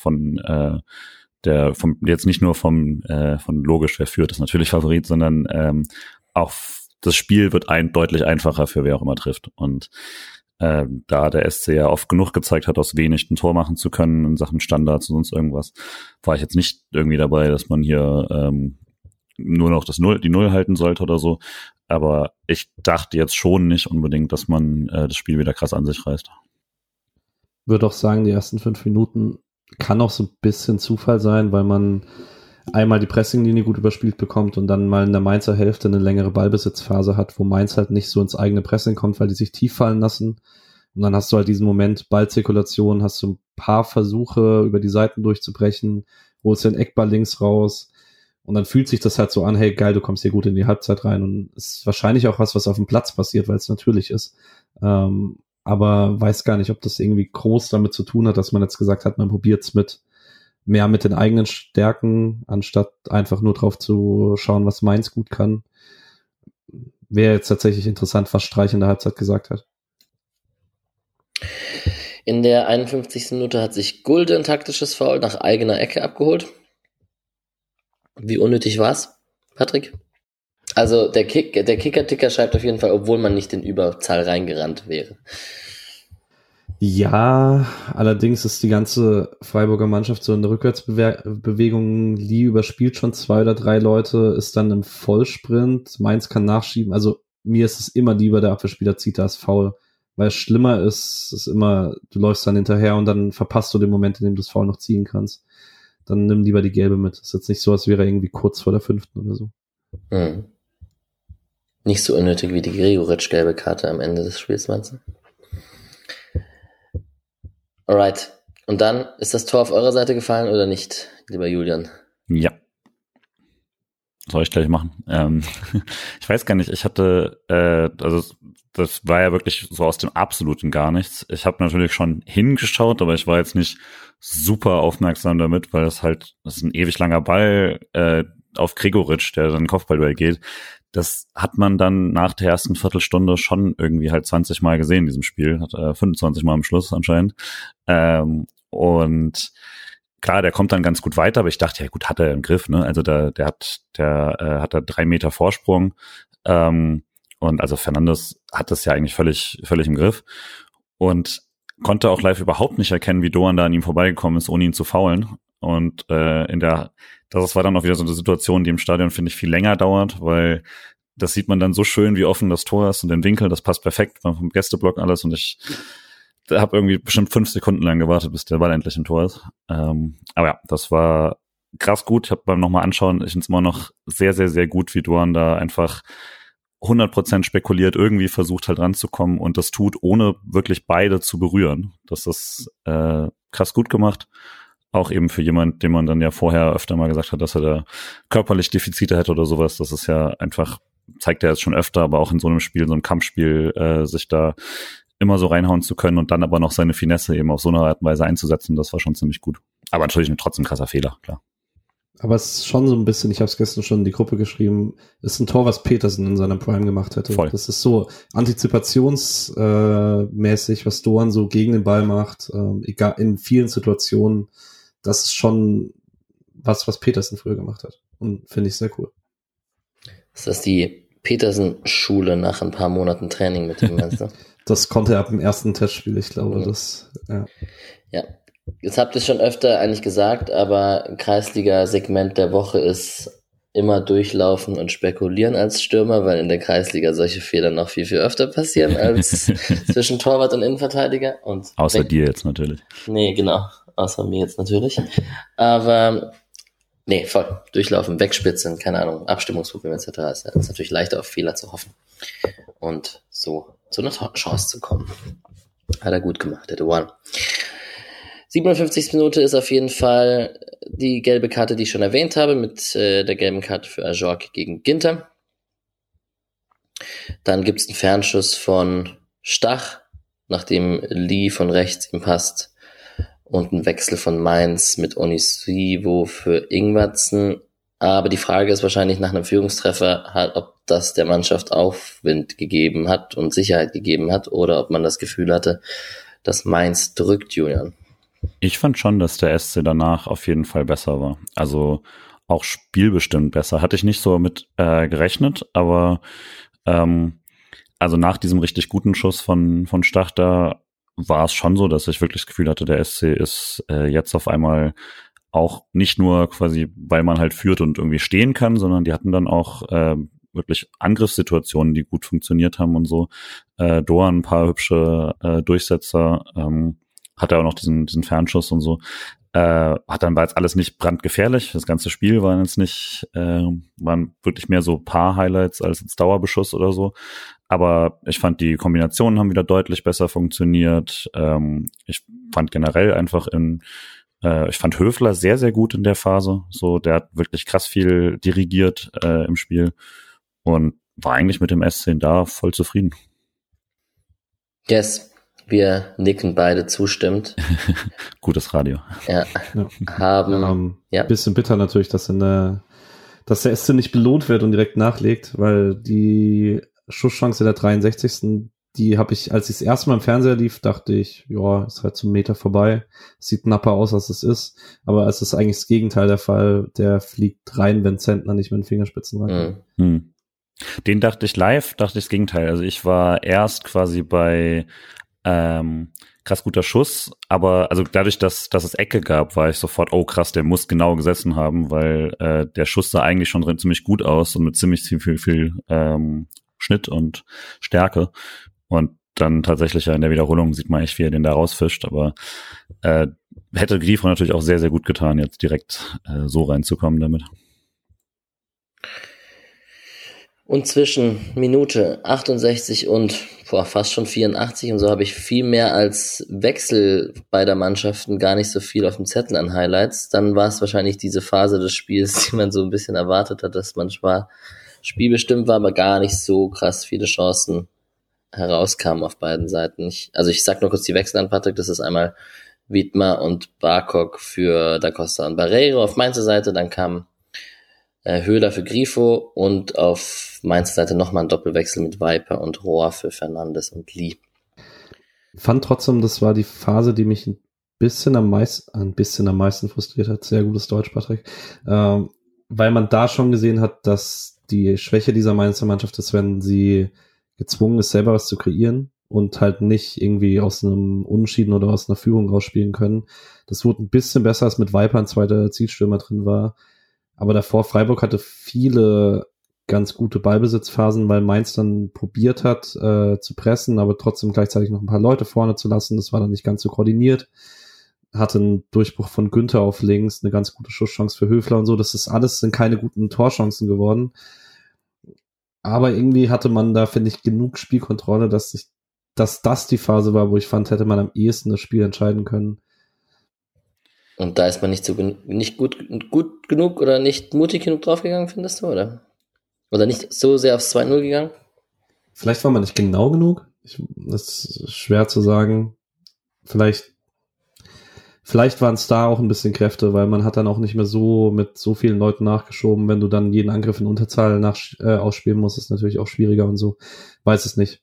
jetzt nicht nur von logisch, wer führt, ist natürlich Favorit, sondern auch das Spiel wird deutlich einfacher für wer auch immer trifft und da der SC ja oft genug gezeigt hat, aus wenig ein Tor machen zu können in Sachen Standards und sonst irgendwas, war ich jetzt nicht irgendwie dabei, dass man hier nur noch die Null halten sollte oder so. Aber ich dachte jetzt schon nicht unbedingt, dass man das Spiel wieder krass an sich reißt. Würde auch sagen, die ersten 5 Minuten kann auch so ein bisschen Zufall sein, weil man einmal die Pressinglinie gut überspielt bekommt und dann mal in der Mainzer Hälfte eine längere Ballbesitzphase hat, wo Mainz halt nicht so ins eigene Pressing kommt, weil die sich tief fallen lassen. Und dann hast du halt diesen Moment Ballzirkulation, hast du ein paar Versuche über die Seiten durchzubrechen, holst den Eckball links raus und dann fühlt sich das halt so an, hey geil, du kommst hier gut in die Halbzeit rein und es ist wahrscheinlich auch was auf dem Platz passiert, weil es natürlich ist. Aber weiß gar nicht, ob das irgendwie groß damit zu tun hat, dass man jetzt gesagt hat, man probiert's mit den eigenen Stärken, anstatt einfach nur drauf zu schauen, was Mainz gut kann. Wäre jetzt tatsächlich interessant, was Streich in der Halbzeit gesagt hat. In der 51. Minute hat sich Gulde ein taktisches Foul nach eigener Ecke abgeholt. Wie unnötig war's, Patrick? Also der Kicker-Ticker schreibt auf jeden Fall, obwohl man nicht in Überzahl reingerannt wäre. Ja, allerdings ist die ganze Freiburger Mannschaft so in der Rückwärtsbewegung. Lee überspielt schon 2 oder 3 Leute, ist dann im Vollsprint. Mainz kann nachschieben. Also mir ist es immer lieber, der Abwehrspieler zieht das Foul. Weil schlimmer ist immer, du läufst dann hinterher und dann verpasst du den Moment, in dem du das Foul noch ziehen kannst. Dann nimm lieber die gelbe mit. Ist jetzt nicht so, als wäre er irgendwie kurz vor der 5. oder so. Hm. Nicht so unnötig wie die Gregoritsch-gelbe Karte am Ende des Spiels, meinst du? Alright. Und dann, ist das Tor auf eurer Seite gefallen oder nicht, lieber Julian? Ja. Soll ich gleich machen? Ich weiß gar nicht, ich hatte, also das war ja wirklich so aus dem absoluten gar nichts. Ich habe natürlich schon hingeschaut, aber ich war jetzt nicht super aufmerksam damit, weil das ist ein ewig langer Ball auf Gregoritsch, der dann Kopfballduell geht. Das hat man dann nach der ersten Viertelstunde schon irgendwie halt 20 Mal gesehen in diesem Spiel. Hat 25 Mal am Schluss anscheinend. Und klar, der kommt dann ganz gut weiter, aber ich dachte, ja gut, hat er im Griff, ne? Also der hat da 3 Meter Vorsprung. Und also Fernandes hat das ja eigentlich völlig im Griff. Und konnte auch live überhaupt nicht erkennen, wie Doan da an ihm vorbeigekommen ist, ohne ihn zu foulen. Und das war dann auch wieder so eine Situation, die im Stadion, finde ich, viel länger dauert, weil das sieht man dann so schön, wie offen das Tor ist und den Winkel, das passt perfekt vom Gästeblock alles und ich habe irgendwie bestimmt 5 Sekunden lang gewartet, bis der Ball endlich im Tor ist. Aber ja, das war krass gut. Ich habe beim nochmal anschauen, ich finde es immer noch sehr, sehr, sehr gut, wie Doan da einfach 100% spekuliert, irgendwie versucht halt ranzukommen und das tut, ohne wirklich beide zu berühren. Das ist krass gut gemacht. Auch eben für jemand, dem man dann ja vorher öfter mal gesagt hat, dass er da körperlich Defizite hätte oder sowas. Das ist ja einfach, zeigt er jetzt schon öfter, aber auch in so einem Spiel, so einem Kampfspiel, sich da immer so reinhauen zu können und dann aber noch seine Finesse eben auf so eine Art und Weise einzusetzen, das war schon ziemlich gut. Aber natürlich trotzdem krasser Fehler, klar. Aber es ist schon so ein bisschen, ich habe es gestern schon in die Gruppe geschrieben, ist ein Tor, was Petersen in seiner Prime gemacht hätte. Voll. Das ist so antizipationsmäßig, was Doan so gegen den Ball macht, egal in vielen Situationen. Das ist schon was Petersen früher gemacht hat. Und finde ich sehr cool. Ist das die Petersen-Schule nach ein paar Monaten Training mit dem Ganzen? Das konnte er ab dem ersten Testspiel, ich glaube. Ja. Jetzt habt ihr es schon öfter eigentlich gesagt, aber Kreisliga-Segment der Woche ist immer durchlaufen und spekulieren als Stürmer, weil in der Kreisliga solche Fehler noch viel, viel öfter passieren als zwischen Torwart und Innenverteidiger. Und außer dir jetzt natürlich. Nee, genau. Außer mir jetzt natürlich. Aber nee, voll. Durchlaufen, wegspitzen, keine Ahnung, Abstimmungsprobleme etc. Es ist natürlich leichter, auf Fehler zu hoffen. Und so zu einer Chance zu kommen. Hat er gut gemacht, der Doan. 57. Minute ist auf jeden Fall die gelbe Karte, die ich schon erwähnt habe, mit der gelben Karte für Ajorc gegen Ginter. Dann gibt es einen Fernschuss von Stach, nachdem Lee von rechts ihm passt. Und ein Wechsel von Mainz mit Onisivo für Ingwertsen. Aber die Frage ist wahrscheinlich nach einem Führungstreffer, halt, ob das der Mannschaft Aufwind gegeben hat und Sicherheit gegeben hat oder ob man das Gefühl hatte, dass Mainz drückt, Julian. Ich fand schon, dass der SC danach auf jeden Fall besser war. Also auch spielbestimmt besser. Hatte ich nicht so mit gerechnet, aber also nach diesem richtig guten Schuss von Stach, da war es schon so, dass ich wirklich das Gefühl hatte, der SC ist jetzt auf einmal auch nicht nur quasi, weil man halt führt und irgendwie stehen kann, sondern die hatten dann auch wirklich Angriffssituationen, die gut funktioniert haben und so. Doan ein paar hübsche Durchsetzer, hatte auch noch diesen Fernschuss und so. War jetzt alles nicht brandgefährlich. Das ganze Spiel waren jetzt nicht, waren wirklich mehr so paar-Highlights als jetzt Dauerbeschuss oder so. Aber ich fand, die Kombinationen haben wieder deutlich besser funktioniert. Ich fand generell einfach ich fand Höfler sehr, sehr gut in der Phase. So, der hat wirklich krass viel dirigiert im Spiel und war eigentlich mit dem S10 da voll zufrieden. Yes, wir nicken beide zustimmend. Gutes Radio. Ja, ja. Bisschen bitter natürlich, dass der SC nicht belohnt wird und direkt nachlegt, weil die Schusschance der 63. Die habe ich, als ich das erste Mal im Fernseher lief, dachte ich, ja, ist halt so 1 Meter vorbei. Sieht knapper aus, als es ist. Aber es ist eigentlich das Gegenteil der Fall. Der fliegt rein, wenn Zentner nicht mit den Fingerspitzen rein. Mhm. Den dachte ich das Gegenteil. Also ich war erst quasi bei krass guter Schuss, aber also dadurch, dass es Ecke gab, war ich sofort, oh krass, der muss genau gesessen haben, weil der Schuss sah eigentlich schon drin ziemlich gut aus und mit ziemlich viel Schnitt und Stärke. Und dann tatsächlich in der Wiederholung sieht man echt, wie er den da rausfischt, aber hätte Grifo natürlich auch sehr, sehr gut getan, jetzt direkt so reinzukommen damit. Und zwischen Minute 68 und fast schon 84 und so habe ich viel mehr als Wechsel beider Mannschaften gar nicht so viel auf dem Zettel an Highlights. Dann war es wahrscheinlich diese Phase des Spiels, die man so ein bisschen erwartet hat, dass manchmal spielbestimmt war, aber gar nicht so krass viele Chancen herauskamen auf beiden Seiten. Ich sag nur kurz die Wechsel an, Patrick. Das ist einmal Wiedmer und Barkok für Da Costa und Barreiro auf Mainzer Seite. Dann kam Höhler für Grifo und auf Mainzer Seite nochmal ein Doppelwechsel mit Viper und Rohr für Fernandes und Lee. Fand trotzdem, das war die Phase, die mich ein bisschen am meisten frustriert hat. Sehr gutes Deutsch, Patrick. Weil man da schon gesehen hat, dass die Schwäche dieser Mainzer Mannschaft ist, wenn sie gezwungen ist, selber was zu kreieren und halt nicht irgendwie aus einem Unentschieden oder aus einer Führung rausspielen können. Das wurde ein bisschen besser, als mit Viper ein zweiter Zielstürmer drin war. Aber davor, Freiburg hatte viele ganz gute Ballbesitzphasen, weil Mainz dann probiert hat zu pressen, aber trotzdem gleichzeitig noch ein paar Leute vorne zu lassen. Das war dann nicht ganz so koordiniert. Hatte einen Durchbruch von Günther auf links, eine ganz gute Schusschance für Höfler und so. Sind keine guten Torchancen geworden. Aber irgendwie hatte man da, finde ich, genug Spielkontrolle, dass das die Phase war, wo ich fand, hätte man am ehesten das Spiel entscheiden können. Und da ist man nicht gut genug oder nicht mutig genug draufgegangen, findest du, oder? Oder nicht so sehr aufs 2-0 gegangen? Vielleicht war man nicht genau genug. Das ist schwer zu sagen. Vielleicht waren es da auch ein bisschen Kräfte, weil man hat dann auch nicht mehr so mit so vielen Leuten nachgeschoben. Wenn du dann jeden Angriff in Unterzahl ausspielen musst, ist natürlich auch schwieriger und so. Weiß es nicht.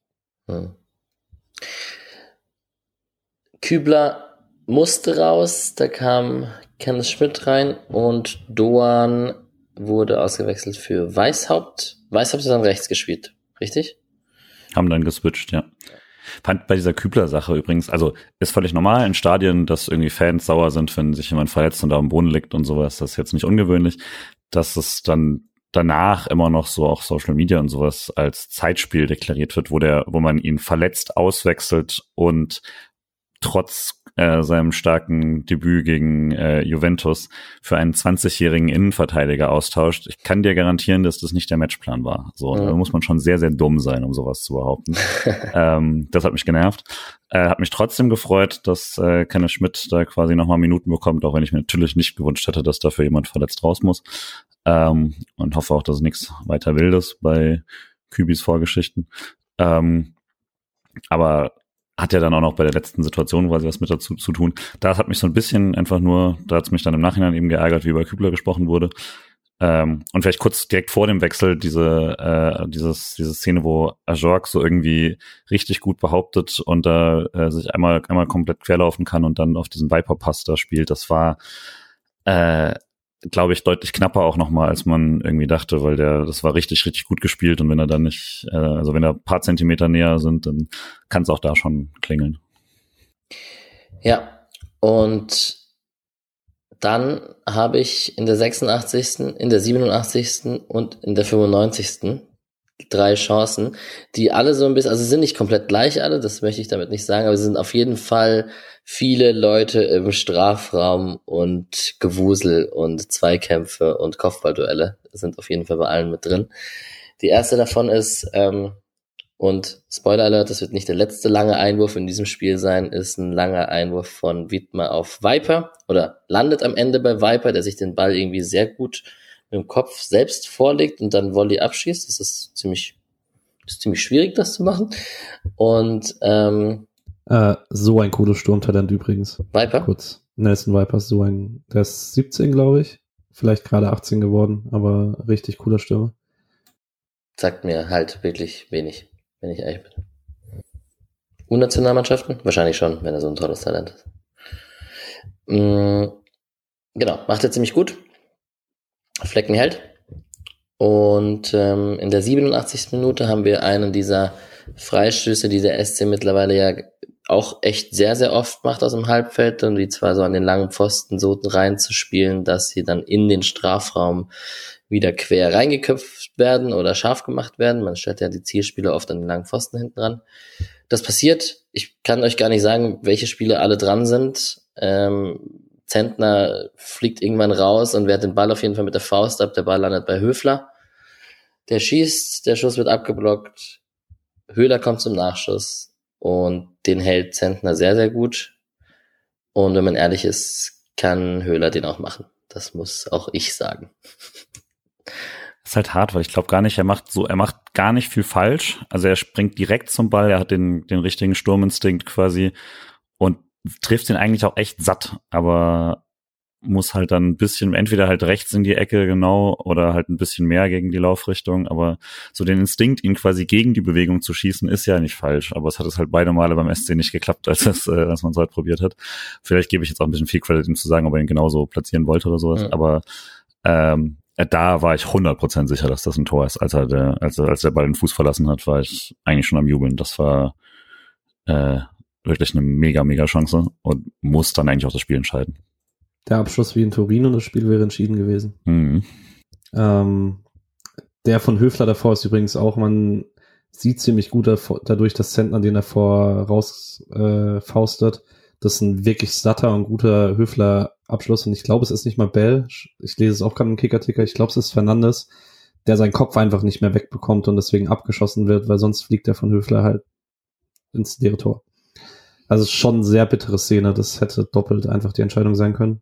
Kübler musste raus, da kam Kenneth Schmidt rein und Doan wurde ausgewechselt für Weishaupt. Weishaupt ist dann rechts gespielt, richtig? Haben dann geswitcht, ja. Fand bei dieser Kübler-Sache übrigens, also ist völlig normal in Stadien, dass irgendwie Fans sauer sind, wenn sich jemand verletzt und da am Boden liegt und sowas. Das ist jetzt nicht ungewöhnlich, dass es dann danach immer noch so auch Social Media und sowas als Zeitspiel deklariert wird, wo man ihn verletzt auswechselt und trotz seinem starken Debüt gegen Juventus für einen 20-jährigen Innenverteidiger austauscht. Ich kann dir garantieren, dass das nicht der Matchplan war. So, da muss man schon sehr, sehr dumm sein, um sowas zu behaupten. Das hat mich genervt. Hat mich trotzdem gefreut, dass Kenneth Schmidt da quasi nochmal Minuten bekommt, auch wenn ich mir natürlich nicht gewünscht hätte, dass dafür jemand verletzt raus muss. Und hoffe auch, dass nichts weiter Wildes bei Kübis Vorgeschichten. Aber hat ja dann auch noch bei der letzten Situation quasi was mit dazu zu tun. Das hat mich so ein bisschen einfach nur, da hat es mich dann im Nachhinein eben geärgert, wie über Kübler gesprochen wurde. Und vielleicht kurz direkt vor dem Wechsel diese Szene, wo Ajorg so irgendwie richtig gut behauptet und da sich einmal komplett querlaufen kann und dann auf diesen Viper-Pass da spielt. Das war glaube ich, deutlich knapper auch nochmal, als man irgendwie dachte, weil das war richtig, richtig gut gespielt und wenn er dann nicht, also wenn er ein paar Zentimeter näher sind, dann kann es auch da schon klingeln. Ja, und dann habe ich in der 86., in der 87. und in der 95. 3 Chancen, die alle so ein bisschen, also sind nicht komplett gleich alle, das möchte ich damit nicht sagen, aber es sind auf jeden Fall viele Leute im Strafraum und Gewusel und Zweikämpfe und Kopfballduelle sind auf jeden Fall bei allen mit drin. Die erste davon ist, und Spoiler Alert, das wird nicht der letzte lange Einwurf in diesem Spiel sein, ist ein langer Einwurf von Wiedmer auf Viper oder landet am Ende bei Viper, der sich den Ball irgendwie sehr gut mit dem Kopf selbst vorlegt und dann Volley abschießt. Das ist ziemlich schwierig, das zu machen. Und so ein cooles Sturmtalent übrigens. Viper? Kurz. Nelson Viper ist der ist 17, glaube ich. Vielleicht gerade 18 geworden, aber richtig cooler Stürmer. Sagt mir halt wirklich wenig, wenn ich ehrlich bin. U-Nationalmannschaften? Wahrscheinlich schon, wenn er so ein tolles Talent ist. Genau, macht er ziemlich gut. Flecken hält. Und in der 87. Minute haben wir einen dieser Freistöße, die der SC mittlerweile ja auch echt sehr, sehr oft macht aus dem Halbfeld und die zwar so an den langen Pfosten so reinzuspielen, dass sie dann in den Strafraum wieder quer reingeköpft werden oder scharf gemacht werden. Man stellt ja die Zielspieler oft an den langen Pfosten hinten ran. Das passiert. Ich kann euch gar nicht sagen, welche Spiele alle dran sind. Zentner fliegt irgendwann raus und wehrt den Ball auf jeden Fall mit der Faust ab. Der Ball landet bei Höfler. Der schießt, der Schuss wird abgeblockt. Höhler kommt zum Nachschuss und den hält Zentner sehr, sehr gut. Und wenn man ehrlich ist, kann Höhler den auch machen. Das muss auch ich sagen. Das ist halt hart, weil ich glaube gar nicht, er macht gar nicht viel falsch. Also er springt direkt zum Ball, er hat den richtigen Sturminstinkt quasi und trifft ihn eigentlich auch echt satt, aber muss halt dann ein bisschen, entweder halt rechts in die Ecke genau oder halt ein bisschen mehr gegen die Laufrichtung, aber so den Instinkt, ihn quasi gegen die Bewegung zu schießen, ist ja nicht falsch, aber es hat es halt beide Male beim SC nicht geklappt, als man es halt probiert hat. Vielleicht gebe ich jetzt auch ein bisschen viel Credit, ihm zu sagen, ob er ihn genauso platzieren wollte oder sowas, aber da war ich 100% sicher, dass das ein Tor ist. Als der Ball den Fuß verlassen hat, war ich eigentlich schon am Jubeln. Das war wirklich eine mega, mega Chance und muss dann eigentlich auch das Spiel entscheiden. Der Abschluss wie in Turin und das Spiel wäre entschieden gewesen. Mhm. Der von Höfler davor ist übrigens auch, man sieht ziemlich gut dadurch, dass Zentner den davor rausfaustet. Das ist ein wirklich satter und guter Höfler-Abschluss und ich glaube, es ist nicht mal Bell. Ich lese es auch gerade im Kicker-Ticker. Ich glaube, es ist Fernandes, der seinen Kopf einfach nicht mehr wegbekommt und deswegen abgeschossen wird, weil sonst fliegt der von Höfler halt ins leere Tor. Also schon eine sehr bittere Szene. Das hätte doppelt einfach die Entscheidung sein können.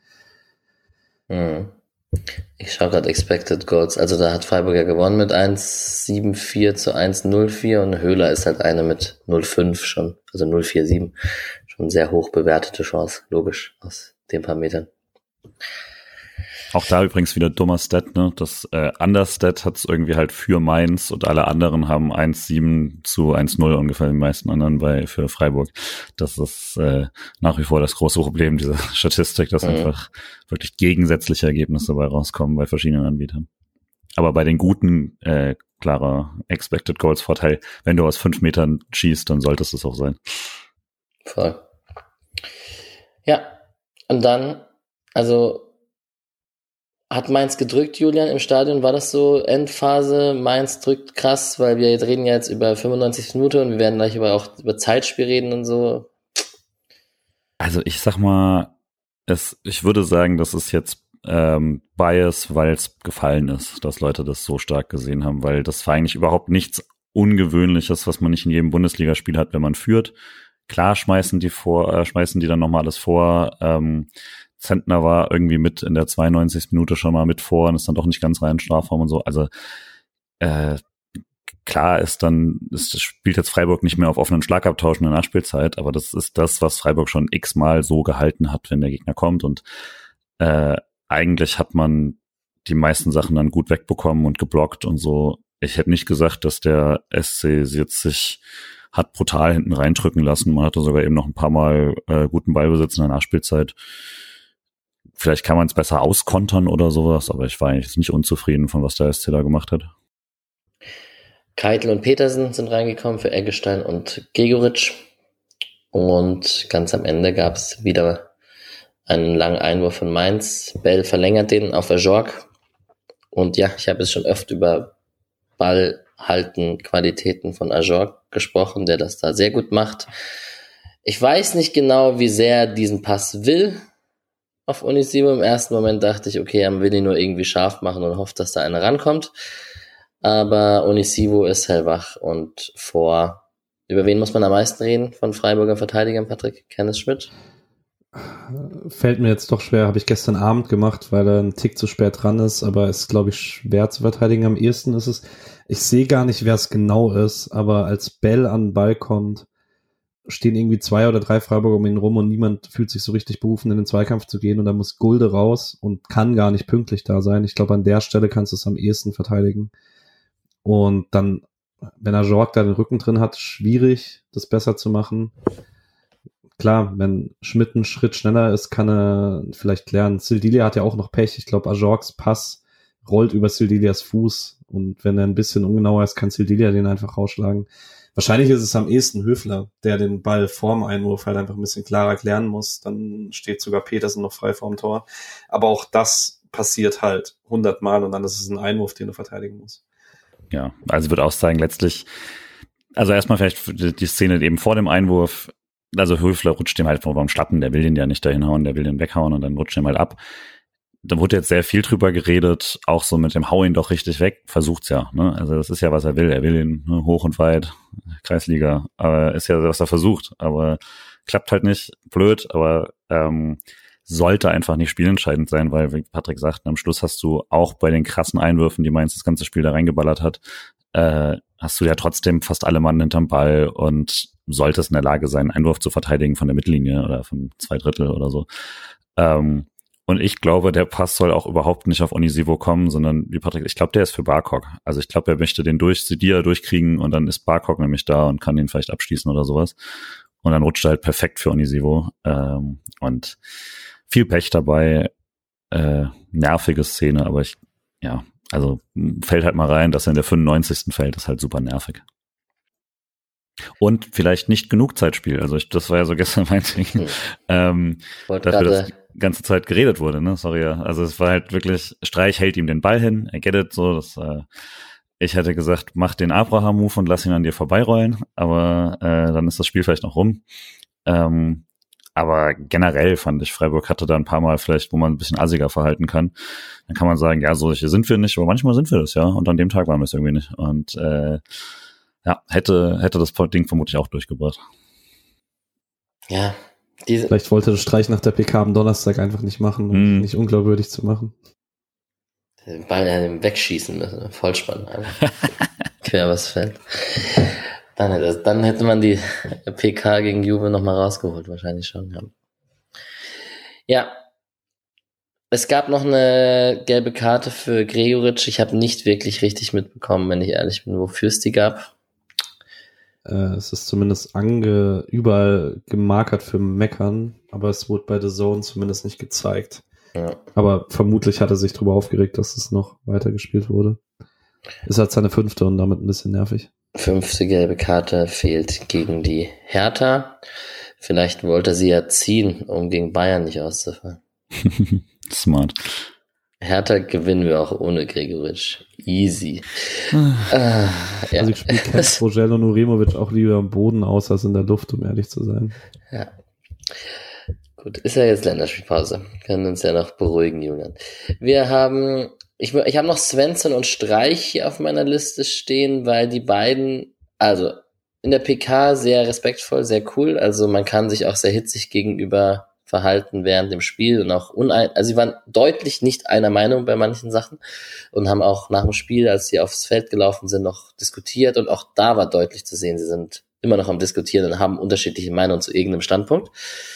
Ich schaue gerade Expected Goals. Also da hat Freiburg ja gewonnen mit 1,74 zu 1,04 und Höhler ist halt eine mit 0,5 schon, also 0,47. Schon sehr hoch bewertete Chance, logisch, aus den paar Metern. Auch da übrigens wieder dummer Stat, ne? Das Understat hat es irgendwie halt für Mainz und alle anderen haben 1,7 zu 1,0 ungefähr, die meisten anderen für Freiburg. Das ist nach wie vor das große Problem dieser Statistik, dass einfach wirklich gegensätzliche Ergebnisse dabei rauskommen bei verschiedenen Anbietern. Aber bei den guten, klarer Expected Goals Vorteil, wenn du aus 5 Metern schießt, dann sollte es auch sein. Voll. Ja, und dann, also hat Mainz gedrückt, Julian, im Stadion? War das so Endphase? Mainz drückt krass, weil wir reden ja jetzt über 95 Minuten und wir werden gleich auch über Zeitspiel reden und so. Also ich sag mal, ich würde sagen, das ist jetzt Bias, weil es gefallen ist, dass Leute das so stark gesehen haben, weil das war eigentlich überhaupt nichts Ungewöhnliches, was man nicht in jedem Bundesligaspiel hat, wenn man führt. Klar schmeißen die dann nochmal alles vor. Zentner war irgendwie mit in der 92. Minute schon mal mit vor und ist dann doch nicht ganz rein in den Strafraum und so. Also klar spielt jetzt Freiburg nicht mehr auf offenen Schlagabtausch in der Nachspielzeit, aber das ist das, was Freiburg schon x-mal so gehalten hat, wenn der Gegner kommt und eigentlich hat man die meisten Sachen dann gut wegbekommen und geblockt und so. Ich hätte nicht gesagt, dass der SC jetzt sich hat brutal hinten reindrücken lassen. Man hatte sogar eben noch ein paar Mal guten Ballbesitz in der Nachspielzeit. vielleicht kann man es besser auskontern oder sowas, aber ich war eigentlich nicht unzufrieden von was der SC da gemacht hat. Keitel und Petersen sind reingekommen für Eggestein und Gregoritsch. Und ganz am Ende gab es wieder einen langen Einwurf von Mainz. Bell verlängert den auf Ajorg. Und ja, ich habe es schon öfter über Ballhalten-Qualitäten von Ajorg gesprochen, der das da sehr gut macht. Ich weiß nicht genau, wie sehr er diesen Pass will auf Onisivo. Im ersten Moment dachte ich, okay, er will ihn nur irgendwie scharf machen und hofft, dass da einer rankommt. Aber Onisivo ist hellwach und über wen muss man am meisten reden von Freiburger Verteidigern, Patrick? Kenneth Schmidt? Fällt mir jetzt doch schwer, habe ich gestern Abend gemacht, weil er einen Tick zu spät dran ist, aber ist, glaube ich, schwer zu verteidigen. Am ehesten ist es, ich sehe gar nicht, wer es genau ist, aber als Bell an den Ball kommt, stehen irgendwie 2 oder 3 Freiburger um ihn rum und niemand fühlt sich so richtig berufen, in den Zweikampf zu gehen und dann muss Gulde raus und kann gar nicht pünktlich da sein. Ich glaube, an der Stelle kannst du es am ehesten verteidigen. Und dann, wenn Ajorg da den Rücken drin hat, schwierig, das besser zu machen. Klar, wenn Schmidt einen Schritt schneller ist, kann er vielleicht klären. Sildilia hat ja auch noch Pech. Ich glaube, Ajorgs Pass rollt über Sildilias Fuß. Und wenn er ein bisschen ungenauer ist, kann Sildilia den einfach rausschlagen. Wahrscheinlich ist es am ehesten Höfler, der den Ball vorm Einwurf halt einfach ein bisschen klarer klären muss. Dann steht sogar Petersen noch frei vorm Tor. Aber auch das passiert halt 100 Mal und dann ist es ein Einwurf, den du verteidigen musst. Ja, also würde auch sagen, letztlich, also erstmal vielleicht die Szene eben vor dem Einwurf, also Höfler rutscht dem halt vom Schlappen, der will den ja nicht dahin hauen, der will den weghauen und dann rutscht ihm halt ab. Da wurde jetzt sehr viel drüber geredet, auch so mit dem Hau ihn doch richtig weg, versucht's ja, ne? Also das ist ja, was er will ihn hoch und weit, Kreisliga, aber ist ja, was er versucht, aber klappt halt nicht, blöd, aber sollte einfach nicht spielentscheidend sein, weil, wie Patrick sagt, am Schluss hast du auch bei den krassen Einwürfen, die Mainz das ganze Spiel da reingeballert hat, hast du ja trotzdem fast alle Mann hinterm Ball und solltest in der Lage sein, einen Einwurf zu verteidigen von der Mittellinie oder von 2/3 oder so. Und ich glaube, der Pass soll auch überhaupt nicht auf Onisivo kommen, sondern wie Patrick, ich glaube, der ist für Barkok. Also ich glaube, er möchte den Sidia durchkriegen und dann ist Barkok nämlich da und kann den vielleicht abschließen oder sowas. Und dann rutscht er halt perfekt für Onisivo. Und viel Pech dabei, nervige Szene, aber also fällt halt mal rein, dass er in der 95. fällt, ist halt super nervig. Und vielleicht nicht genug Zeitspiel. Also das war ja so gestern mein Ding, dafür, dass die ganze Zeit geredet wurde, ne? Sorry, ja. Also es war halt wirklich, Streich hält ihm den Ball hin, er get it, so, ich hätte gesagt, mach den Abraham-Move und lass ihn an dir vorbeirollen, aber dann ist das Spiel vielleicht noch rum. Aber generell fand ich, Freiburg hatte da ein paar Mal vielleicht, wo man ein bisschen assiger verhalten kann. Dann kann man sagen, ja, solche sind wir nicht, aber manchmal sind wir das, ja. Und an dem Tag waren wir es irgendwie nicht. Und hätte das Ding vermutlich auch durchgebracht. Ja. Vielleicht wollte der Streich nach der PK am Donnerstag einfach nicht machen, um nicht unglaubwürdig zu machen. Den Ball wegschießen müssen, Vollspann. Quer was Feld. Dann hätte man die PK gegen Juve nochmal rausgeholt, wahrscheinlich schon. Ja. Ja. Es gab noch eine gelbe Karte für Gregoritsch. Ich habe nicht wirklich richtig mitbekommen, wenn ich ehrlich bin, wofür es die gab. Es ist zumindest überall gemarkert für Meckern, aber es wurde bei The Zone zumindest nicht gezeigt. Ja. Aber vermutlich hat er sich darüber aufgeregt, dass es noch weitergespielt wurde. Ist halt seine 5. und damit ein bisschen nervig. 5. gelbe Karte fehlt gegen die Hertha. Vielleicht wollte sie ja ziehen, um gegen Bayern nicht auszufallen. Smart. Hertha gewinnen wir auch ohne Gregoritsch. Easy. Also ich spiele Rogel und Uremovic auch lieber am Boden aus als in der Luft, um ehrlich zu sein. Ja. Gut, ist ja jetzt Länderspielpause. Können uns ja noch beruhigen, Julian. Wir haben, ich habe noch Svensson und Streich hier auf meiner Liste stehen, weil die beiden, also in der PK sehr respektvoll, sehr cool. Also man kann sich auch sehr hitzig gegenüber verhalten während dem Spiel und auch also sie waren deutlich nicht einer Meinung bei manchen Sachen und haben auch nach dem Spiel, als sie aufs Feld gelaufen sind, noch diskutiert und auch da war deutlich zu sehen, sie sind immer noch am Diskutieren und haben unterschiedliche Meinungen zu irgendeinem Standpunkt.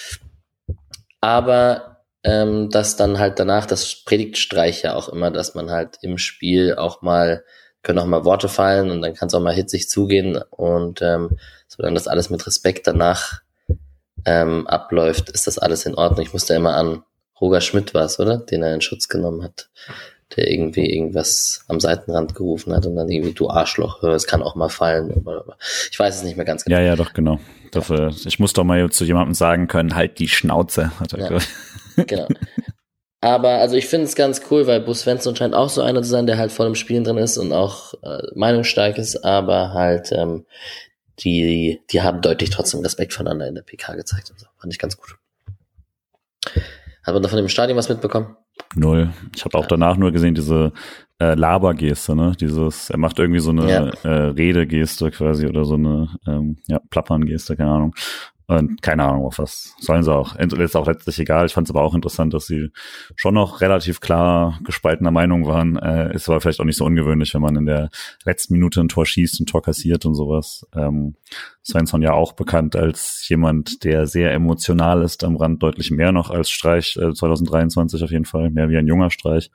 Aber dass dann halt danach, das predigt Streich ja auch immer, dass man halt im Spiel auch mal, können auch mal Worte fallen und dann kann es auch mal hitzig zugehen und solange das alles mit Respekt danach abläuft, ist das alles in Ordnung. Ich musste immer an Roger Schmidt war es, oder? Den er in Schutz genommen hat, der irgendwie irgendwas am Seitenrand gerufen hat und dann irgendwie, du Arschloch, es kann auch mal fallen. Ich weiß es nicht mehr ganz genau. Ja, doch, genau. Ich muss doch mal zu jemandem sagen können, halt die Schnauze, hat er gesagt. Genau. Aber also ich finde es ganz cool, weil Bo Svensson scheint auch so einer zu sein, der halt voll im Spielen drin ist und auch meinungsstark ist, aber halt die haben deutlich trotzdem Respekt voneinander in der PK gezeigt und so. Fand ich ganz gut. Hat man da von dem Stadion was mitbekommen? 0. Ich habe auch danach nur gesehen, diese Labergeste, ne? Er macht irgendwie so eine Redegeste quasi oder so eine Plappern-Geste, keine Ahnung. Und keine Ahnung, auf was sollen sie auch. Ist auch letztlich egal. Ich fand es aber auch interessant, dass sie schon noch relativ klar gespaltener Meinung waren. Ist aber vielleicht auch nicht so ungewöhnlich, wenn man in der letzten Minute ein Tor schießt, ein Tor kassiert und sowas. Svensson ja auch bekannt als jemand, der sehr emotional ist am Rand, deutlich mehr noch als Streich 2023 auf jeden Fall, mehr wie ein junger Streich.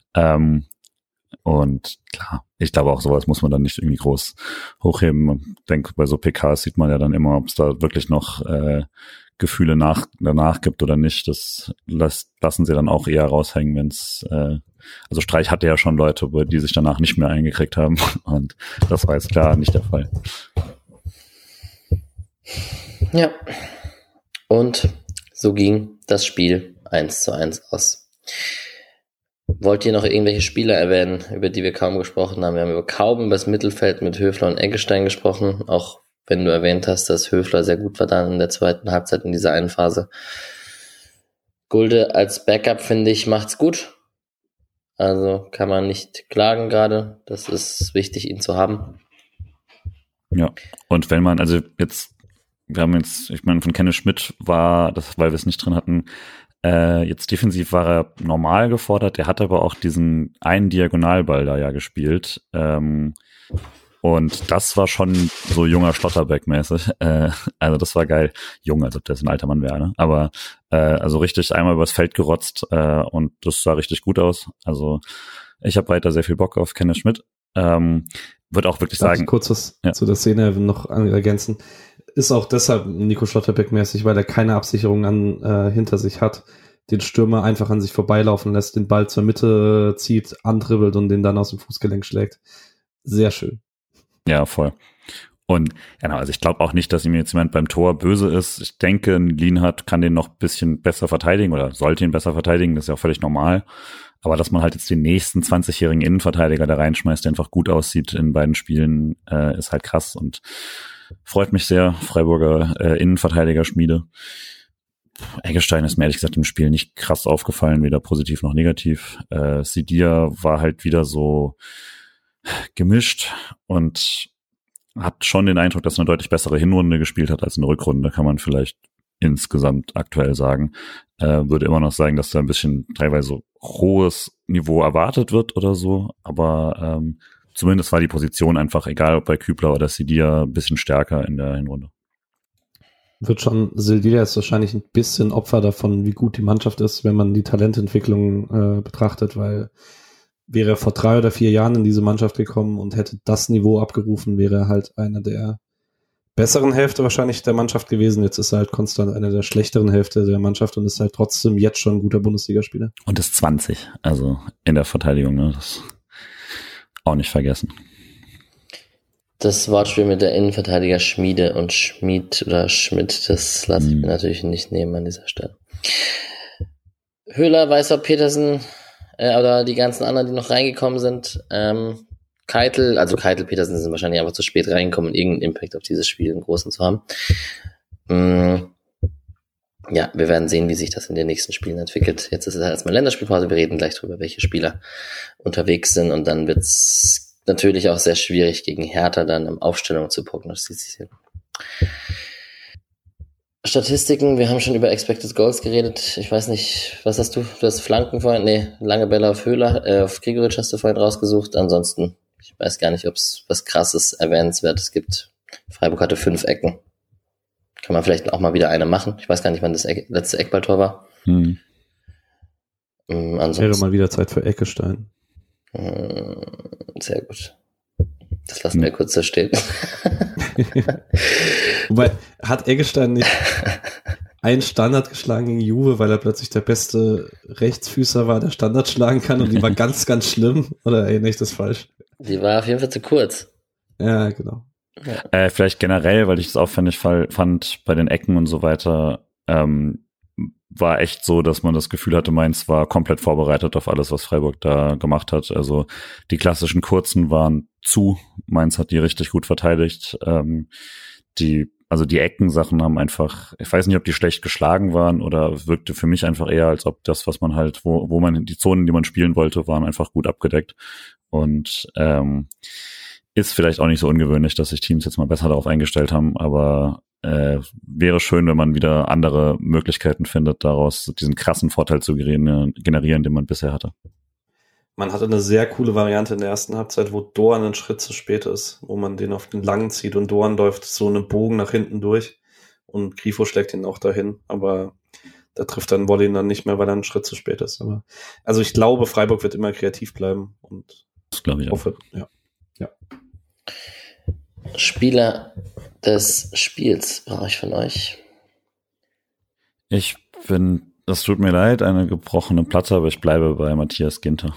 Und klar, ich glaube auch, sowas muss man dann nicht irgendwie groß hochheben. Ich denke, bei so PKs sieht man ja dann immer, ob es da wirklich noch Gefühle danach gibt oder nicht. Das lassen sie dann auch eher raushängen, wenn es also Streich hatte ja schon Leute, die sich danach nicht mehr eingekriegt haben. Und das war jetzt klar nicht der Fall. Ja. Und so ging das Spiel 1:1 aus. Wollt ihr noch irgendwelche Spieler erwähnen, über die wir kaum gesprochen haben? Wir haben kaum über das Mittelfeld mit Höfler und Eggestein gesprochen, auch wenn du erwähnt hast, dass Höfler sehr gut war dann in der zweiten Halbzeit in dieser einen Phase. Gulde als Backup, finde ich, macht's gut. Also kann man nicht klagen gerade. Das ist wichtig, ihn zu haben. Ja, und wenn man, ich meine, von Kenneth Schmidt war, das, weil wir es nicht drin hatten, jetzt defensiv war er normal gefordert, er hat aber auch diesen einen Diagonalball da ja gespielt. Und das war schon so junger Schlotterbeck-mäßig. Also das war geil. Jung, als ob der so ein alter Mann wäre, ne? Aber also richtig einmal übers Feld gerotzt und das sah richtig gut aus. Also ich habe weiter sehr viel Bock auf Kenneth Schmidt. Würde auch wirklich sagen. Kurz was zu der Szene noch ergänzen. Ist auch deshalb Nico Schlotterbeck-mäßig, weil er keine Absicherung hinter sich hat, den Stürmer einfach an sich vorbeilaufen lässt, den Ball zur Mitte zieht, andribbelt und den dann aus dem Fußgelenk schlägt. Sehr schön. Ja, voll. Und genau, also ich glaube auch nicht, dass ihm jetzt jemand beim Tor böse ist. Ich denke, Lienhardt kann den noch ein bisschen besser verteidigen oder sollte ihn besser verteidigen, das ist ja auch völlig normal. Aber dass man halt jetzt den nächsten 20-jährigen Innenverteidiger da reinschmeißt, der einfach gut aussieht in beiden Spielen, ist halt krass und freut mich sehr. Freiburger Innenverteidiger-Schmiede. Eggestein ist mir ehrlich gesagt im Spiel nicht krass aufgefallen, weder positiv noch negativ. Sidia war halt wieder so gemischt und hat schon den Eindruck, dass er eine deutlich bessere Hinrunde gespielt hat als eine Rückrunde, kann man vielleicht insgesamt aktuell sagen. Würde immer noch sagen, dass da ein bisschen teilweise hohes Niveau erwartet wird oder so, aber zumindest war die Position einfach, egal ob bei Kübler oder Sidia, ein bisschen stärker in der Hinrunde. Sidia ist wahrscheinlich ein bisschen Opfer davon, wie gut die Mannschaft ist, wenn man die Talententwicklung betrachtet, weil wäre er vor 3 oder 4 Jahren in diese Mannschaft gekommen und hätte das Niveau abgerufen, wäre er halt einer der besseren Hälfte wahrscheinlich der Mannschaft gewesen. Jetzt ist er halt konstant einer der schlechteren Hälfte der Mannschaft und ist halt trotzdem jetzt schon ein guter Bundesligaspieler. Und ist 20, also in der Verteidigung, ne? Das auch nicht vergessen. Das Wortspiel mit der Innenverteidiger Schmiede und Schmied oder Schmidt, das lasse ich mir natürlich nicht nehmen an dieser Stelle. Höhler, Weißer, Petersen oder die ganzen anderen, die noch reingekommen sind. Keitel, Petersen sind wahrscheinlich einfach zu spät reingekommen, um irgendeinen Impact auf dieses Spiel im Großen zu haben. Ja, wir werden sehen, wie sich das in den nächsten Spielen entwickelt. Jetzt ist es halt erstmal Länderspielpause, wir reden gleich drüber, welche Spieler unterwegs sind und dann wird's natürlich auch sehr schwierig gegen Hertha dann in Aufstellung zu prognostizieren. Statistiken, wir haben schon über Expected Goals geredet. Ich weiß nicht, was hast du? Du hast Flanken vorhin, lange Bälle auf Höhler, auf Gregoritsch hast du vorhin rausgesucht. Ansonsten, ich weiß gar nicht, ob es was Krasses erwähnenswertes gibt. Freiburg hatte 5 Ecken. Kann man vielleicht auch mal wieder eine machen. Ich weiß gar nicht, wann das letzte Eckballtor war. Ansonsten wäre mal wieder Zeit für Eggestein. Sehr gut. Das lassen wir kurz so stehen. Wobei, hat Eggestein nicht einen Standard geschlagen gegen Juve, weil er plötzlich der beste Rechtsfüßer war, der Standard schlagen kann und die war ganz, ganz schlimm. Oder erinnere ich das falsch? Die war auf jeden Fall zu kurz. Ja, genau. Ja. Vielleicht generell, weil ich es aufwendig fand bei den Ecken und so weiter, war echt so, dass man das Gefühl hatte, Mainz war komplett vorbereitet auf alles, was Freiburg da gemacht hat. Also die klassischen Kurzen waren zu. Mainz hat die richtig gut verteidigt. Die Eckensachen haben einfach, ich weiß nicht, ob die schlecht geschlagen waren oder wirkte für mich einfach eher, als ob das, was man halt, wo man die Zonen, die man spielen wollte, waren einfach gut abgedeckt. Und ist vielleicht auch nicht so ungewöhnlich, dass sich Teams jetzt mal besser darauf eingestellt haben, aber wäre schön, wenn man wieder andere Möglichkeiten findet, daraus diesen krassen Vorteil zu generieren, den man bisher hatte. Man hatte eine sehr coole Variante in der ersten Halbzeit, wo Doan einen Schritt zu spät ist, wo man den auf den langen zieht und Doan läuft so einen Bogen nach hinten durch und Grifo schlägt ihn auch dahin, aber da trifft dann Wollin dann nicht mehr, weil er einen Schritt zu spät ist. Aber also ich glaube, Freiburg wird immer kreativ bleiben und das glaube ich auch. hoffe, ja. Spieler des Spiels brauche ich von euch. Ich bin, das tut mir leid, eine gebrochene Platte, aber ich bleibe bei Matthias Ginter.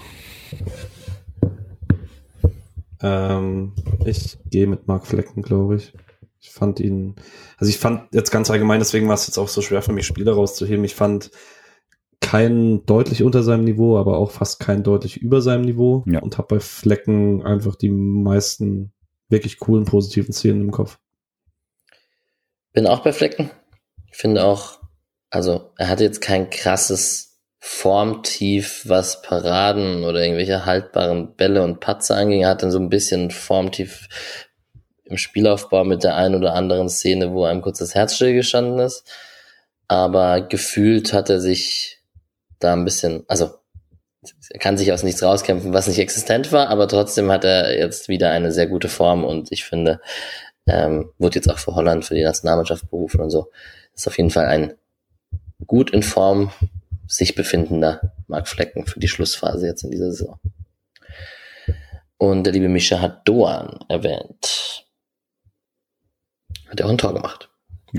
Ich gehe mit Marc Flecken, glaube ich. Ich fand jetzt ganz allgemein, deswegen war es jetzt auch so schwer für mich, Spieler rauszuheben. Ich fand keinen deutlich unter seinem Niveau, aber auch fast keinen deutlich über seinem Niveau. Ja. Und habe bei Flecken einfach die meisten wirklich coolen, positiven Szenen im Kopf. Bin auch bei Flecken. Ich finde auch, also er hatte jetzt kein krasses Formtief, was Paraden oder irgendwelche haltbaren Bälle und Patzer anging. Er hatte so ein bisschen Formtief im Spielaufbau mit der einen oder anderen Szene, wo einem kurz das Herz stillgestanden ist. Aber gefühlt hat er sich da ein bisschen, also er kann sich aus nichts rauskämpfen, was nicht existent war, aber trotzdem hat er jetzt wieder eine sehr gute Form und ich finde, wurde jetzt auch für Holland, für die Nationalmannschaft berufen und so. Das ist auf jeden Fall ein gut in Form sich befindender Marc Flecken für die Schlussphase jetzt in dieser Saison. Und der liebe Mischa hat Doan erwähnt. Hat er auch ein Tor gemacht. Ja.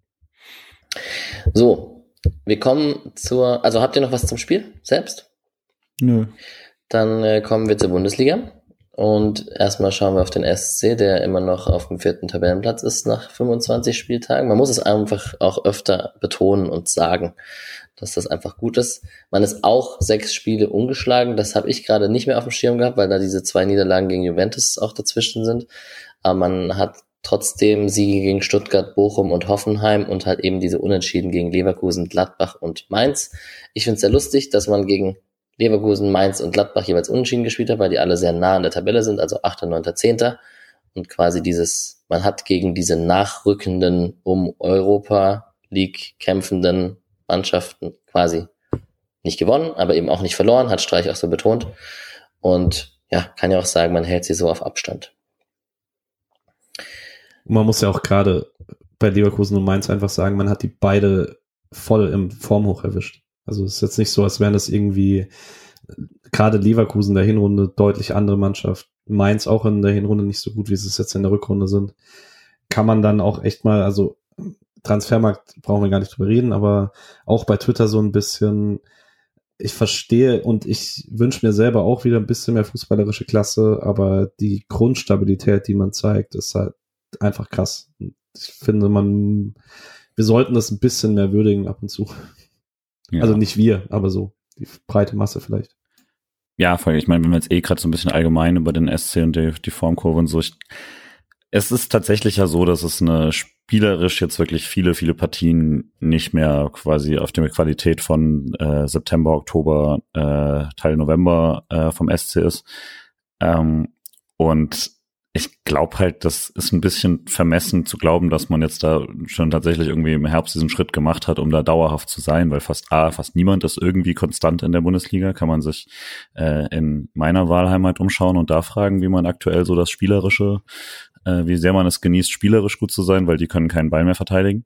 So, wir kommen also habt ihr noch was zum Spiel selbst? Nö. Dann kommen wir zur Bundesliga und erstmal schauen wir auf den SC, der immer noch auf dem 4. Tabellenplatz ist nach 25 Spieltagen. Man muss es einfach auch öfter betonen und sagen, dass das einfach gut ist. Man ist auch 6 Spiele ungeschlagen, das habe ich gerade nicht mehr auf dem Schirm gehabt, weil da diese 2 Niederlagen gegen Juventus auch dazwischen sind. Aber man hat trotzdem Siege gegen Stuttgart, Bochum und Hoffenheim und halt eben diese Unentschieden gegen Leverkusen, Gladbach und Mainz. Ich finde es sehr lustig, dass man gegen Leverkusen, Mainz und Gladbach jeweils unentschieden gespielt hat, weil die alle sehr nah an der Tabelle sind, also 8., 9., 10. Und quasi man hat gegen diese nachrückenden Europa League kämpfenden Mannschaften quasi nicht gewonnen, aber eben auch nicht verloren, hat Streich auch so betont. Und ja, kann ja auch sagen, man hält sie so auf Abstand. Man muss ja auch gerade bei Leverkusen und Mainz einfach sagen, man hat die beide voll im Formhoch erwischt. Also es ist jetzt nicht so, als wären das irgendwie gerade Leverkusen der Hinrunde deutlich andere Mannschaft. Mainz auch in der Hinrunde nicht so gut, wie sie es jetzt in der Rückrunde sind. Kann man dann auch echt mal, also Transfermarkt brauchen wir gar nicht drüber reden, aber auch bei Twitter so ein bisschen, ich verstehe und ich wünsche mir selber auch wieder ein bisschen mehr fußballerische Klasse, aber die Grundstabilität, die man zeigt, ist halt einfach krass. Ich finde, wir sollten das ein bisschen mehr würdigen ab und zu. Ja. Also nicht wir, aber so die breite Masse vielleicht. Ja, voll. Ich meine, wenn wir jetzt gerade so ein bisschen allgemein über den SC und die Formkurve und so, es ist tatsächlich ja so, dass es spielerisch jetzt wirklich viele, viele Partien nicht mehr quasi auf der Qualität von September, Oktober, Teil November vom SC ist. Und ich glaube halt, das ist ein bisschen vermessen zu glauben, dass man jetzt da schon tatsächlich irgendwie im Herbst diesen Schritt gemacht hat, um da dauerhaft zu sein, weil fast niemand ist irgendwie konstant in der Bundesliga. Kann man sich in meiner Wahlheimat umschauen und da fragen, wie man aktuell so das Spielerische, wie sehr man es genießt, spielerisch gut zu sein, weil die können keinen Ball mehr verteidigen.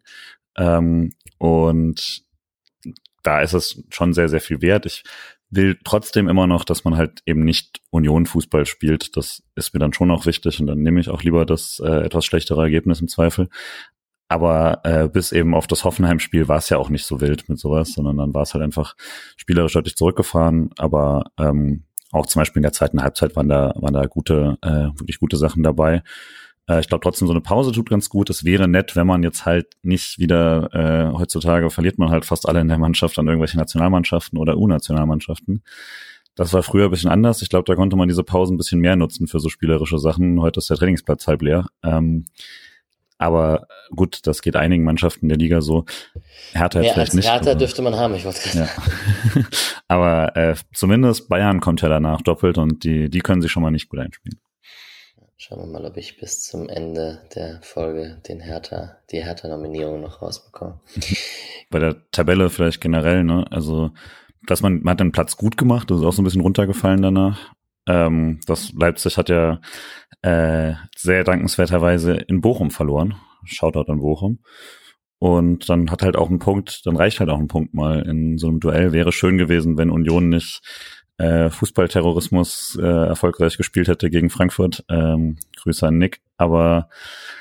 Und da ist es schon sehr, sehr viel wert. Ich will trotzdem immer noch, dass man halt eben nicht Union-Fußball spielt. Das ist mir dann schon auch wichtig und dann nehme ich auch lieber das etwas schlechtere Ergebnis im Zweifel. Aber bis eben auf das Hoffenheim-Spiel war es ja auch nicht so wild mit sowas, sondern dann war es halt einfach spielerisch deutlich zurückgefahren. Aber auch zum Beispiel in der zweiten Halbzeit waren da wirklich gute Sachen dabei. Ich glaube trotzdem, so eine Pause tut ganz gut. Es wäre nett, wenn man jetzt halt nicht wieder, heutzutage verliert man halt fast alle in der Mannschaft an irgendwelche Nationalmannschaften oder U-Nationalmannschaften. Das war früher ein bisschen anders. Ich glaube, da konnte man diese Pausen ein bisschen mehr nutzen für so spielerische Sachen. Heute ist der Trainingsplatz halb leer. Aber gut, das geht einigen Mannschaften der Liga so. Hertha jetzt vielleicht nicht. Hertha dürfte man haben, ich wollte gerade sagen. Aber zumindest Bayern kommt ja danach doppelt und die können sich schon mal nicht gut einspielen. Schauen wir mal, ob ich bis zum Ende der Folge die Hertha-Nominierung noch rausbekomme. Bei der Tabelle vielleicht generell, ne? Also, man hat den Platz gut gemacht, das ist auch so ein bisschen runtergefallen danach. Das Leipzig hat ja sehr dankenswerterweise in Bochum verloren. Shoutout an Bochum. Und dann reicht halt auch ein Punkt mal in so einem Duell. Wäre schön gewesen, wenn Union nicht Fußballterrorismus erfolgreich gespielt hätte gegen Frankfurt. Grüße an Nick. Aber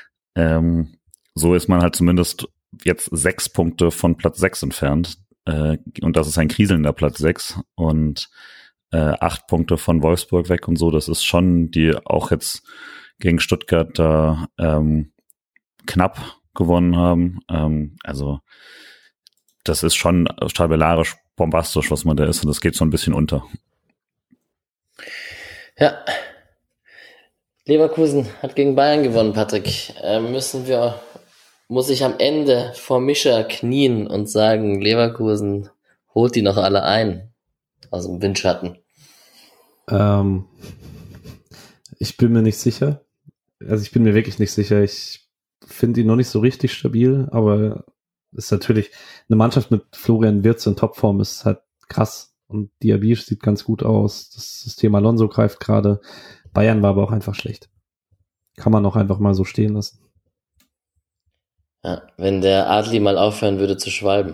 so ist man halt zumindest jetzt 6 Punkte von Platz 6 entfernt. Und das ist ein kriselnder Platz 6. Und 8 Punkte von Wolfsburg weg und so. Das ist schon, die auch jetzt gegen Stuttgart da knapp gewonnen haben. Also das ist schon tabellarisch bombastisch, was man da ist, und das geht so ein bisschen unter. Ja. Leverkusen hat gegen Bayern gewonnen, Patrick. Muss ich am Ende vor Mischa knien und sagen, Leverkusen holt die noch alle ein aus dem Windschatten? Ich bin mir nicht sicher. Also ich bin mir wirklich nicht sicher. Ich finde ihn noch nicht so richtig stabil, aber ist natürlich eine Mannschaft mit Florian Wirtz in Topform ist halt krass. Und Diaby sieht ganz gut aus. Das System Alonso greift gerade. Bayern war aber auch einfach schlecht. Kann man auch einfach mal so stehen lassen. Ja, wenn der Adli mal aufhören würde zu schwalben.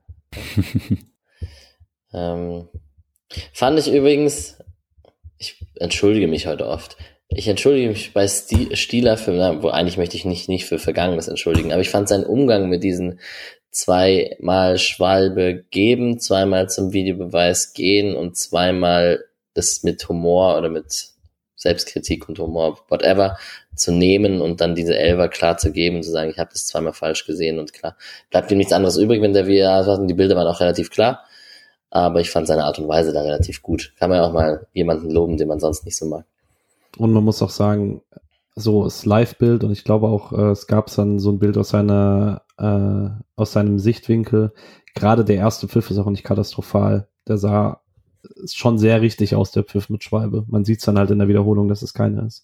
Fand ich übrigens, ich entschuldige mich heute oft. Ich entschuldige mich bei Stieler wo eigentlich möchte ich nicht für Vergangenes entschuldigen, aber ich fand seinen Umgang mit diesen 2-mal Schwalbe geben, 2-mal zum Videobeweis gehen und 2-mal das mit Humor oder mit Selbstkritik und Humor, whatever, zu nehmen und dann diese Elfer klar zu geben und zu sagen, ich habe das 2-mal falsch gesehen, und klar, bleibt ihm nichts anderes übrig, wenn der VR hat, und die Bilder waren auch relativ klar, aber ich fand seine Art und Weise da relativ gut. Kann man ja auch mal jemanden loben, den man sonst nicht so mag. Und man muss auch sagen, so ist Live-Bild, und ich glaube auch, es gab dann so ein Bild aus seinem Sichtwinkel. Gerade der erste Pfiff ist auch nicht katastrophal. Der sah schon sehr richtig aus, der Pfiff mit Schwalbe. Man sieht es dann halt in der Wiederholung, dass es keiner ist.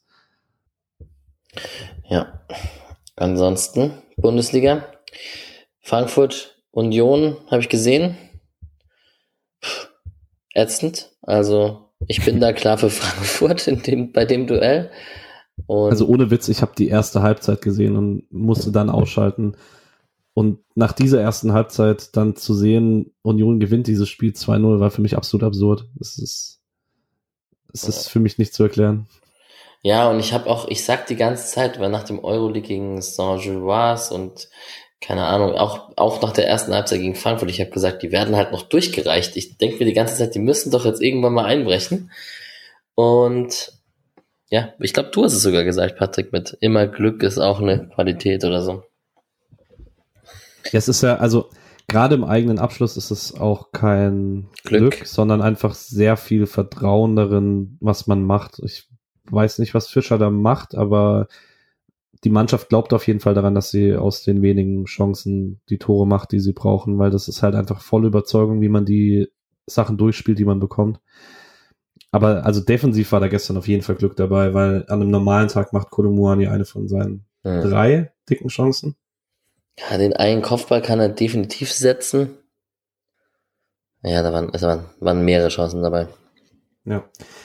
Ja, ansonsten Bundesliga. Frankfurt, Union, habe ich gesehen. Ätzend. Also ich bin da klar für Frankfurt bei dem Duell. Und also ohne Witz, ich habe die erste Halbzeit gesehen und musste dann ausschalten. Und nach dieser ersten Halbzeit dann zu sehen, Union gewinnt dieses Spiel 2-0, war für mich absolut absurd. Es ist für mich nicht zu erklären. Ja, und ich sag die ganze Zeit, weil nach dem Euroleague gegen Saint-Gilloise und keine Ahnung, auch nach der ersten Halbzeit gegen Frankfurt, ich habe gesagt, die werden halt noch durchgereicht. Ich denke mir die ganze Zeit, die müssen doch jetzt irgendwann mal einbrechen. Und ja, ich glaube, du hast es sogar gesagt, Patrick, mit immer Glück ist auch eine Qualität oder so. Ja, es ist ja, also gerade im eigenen Abschluss ist es auch kein Glück, sondern einfach sehr viel Vertrauen darin, was man macht. Ich weiß nicht, was Fischer da macht, aber die Mannschaft glaubt auf jeden Fall daran, dass sie aus den wenigen Chancen die Tore macht, die sie brauchen, weil das ist halt einfach volle Überzeugung, wie man die Sachen durchspielt, die man bekommt. Aber also defensiv war da gestern auf jeden Fall Glück dabei, weil an einem normalen Tag macht Kolomuani eine von seinen 3 dicken Chancen. Ja, den einen Kopfball kann er definitiv setzen. Ja, da waren mehrere Chancen dabei. Ja.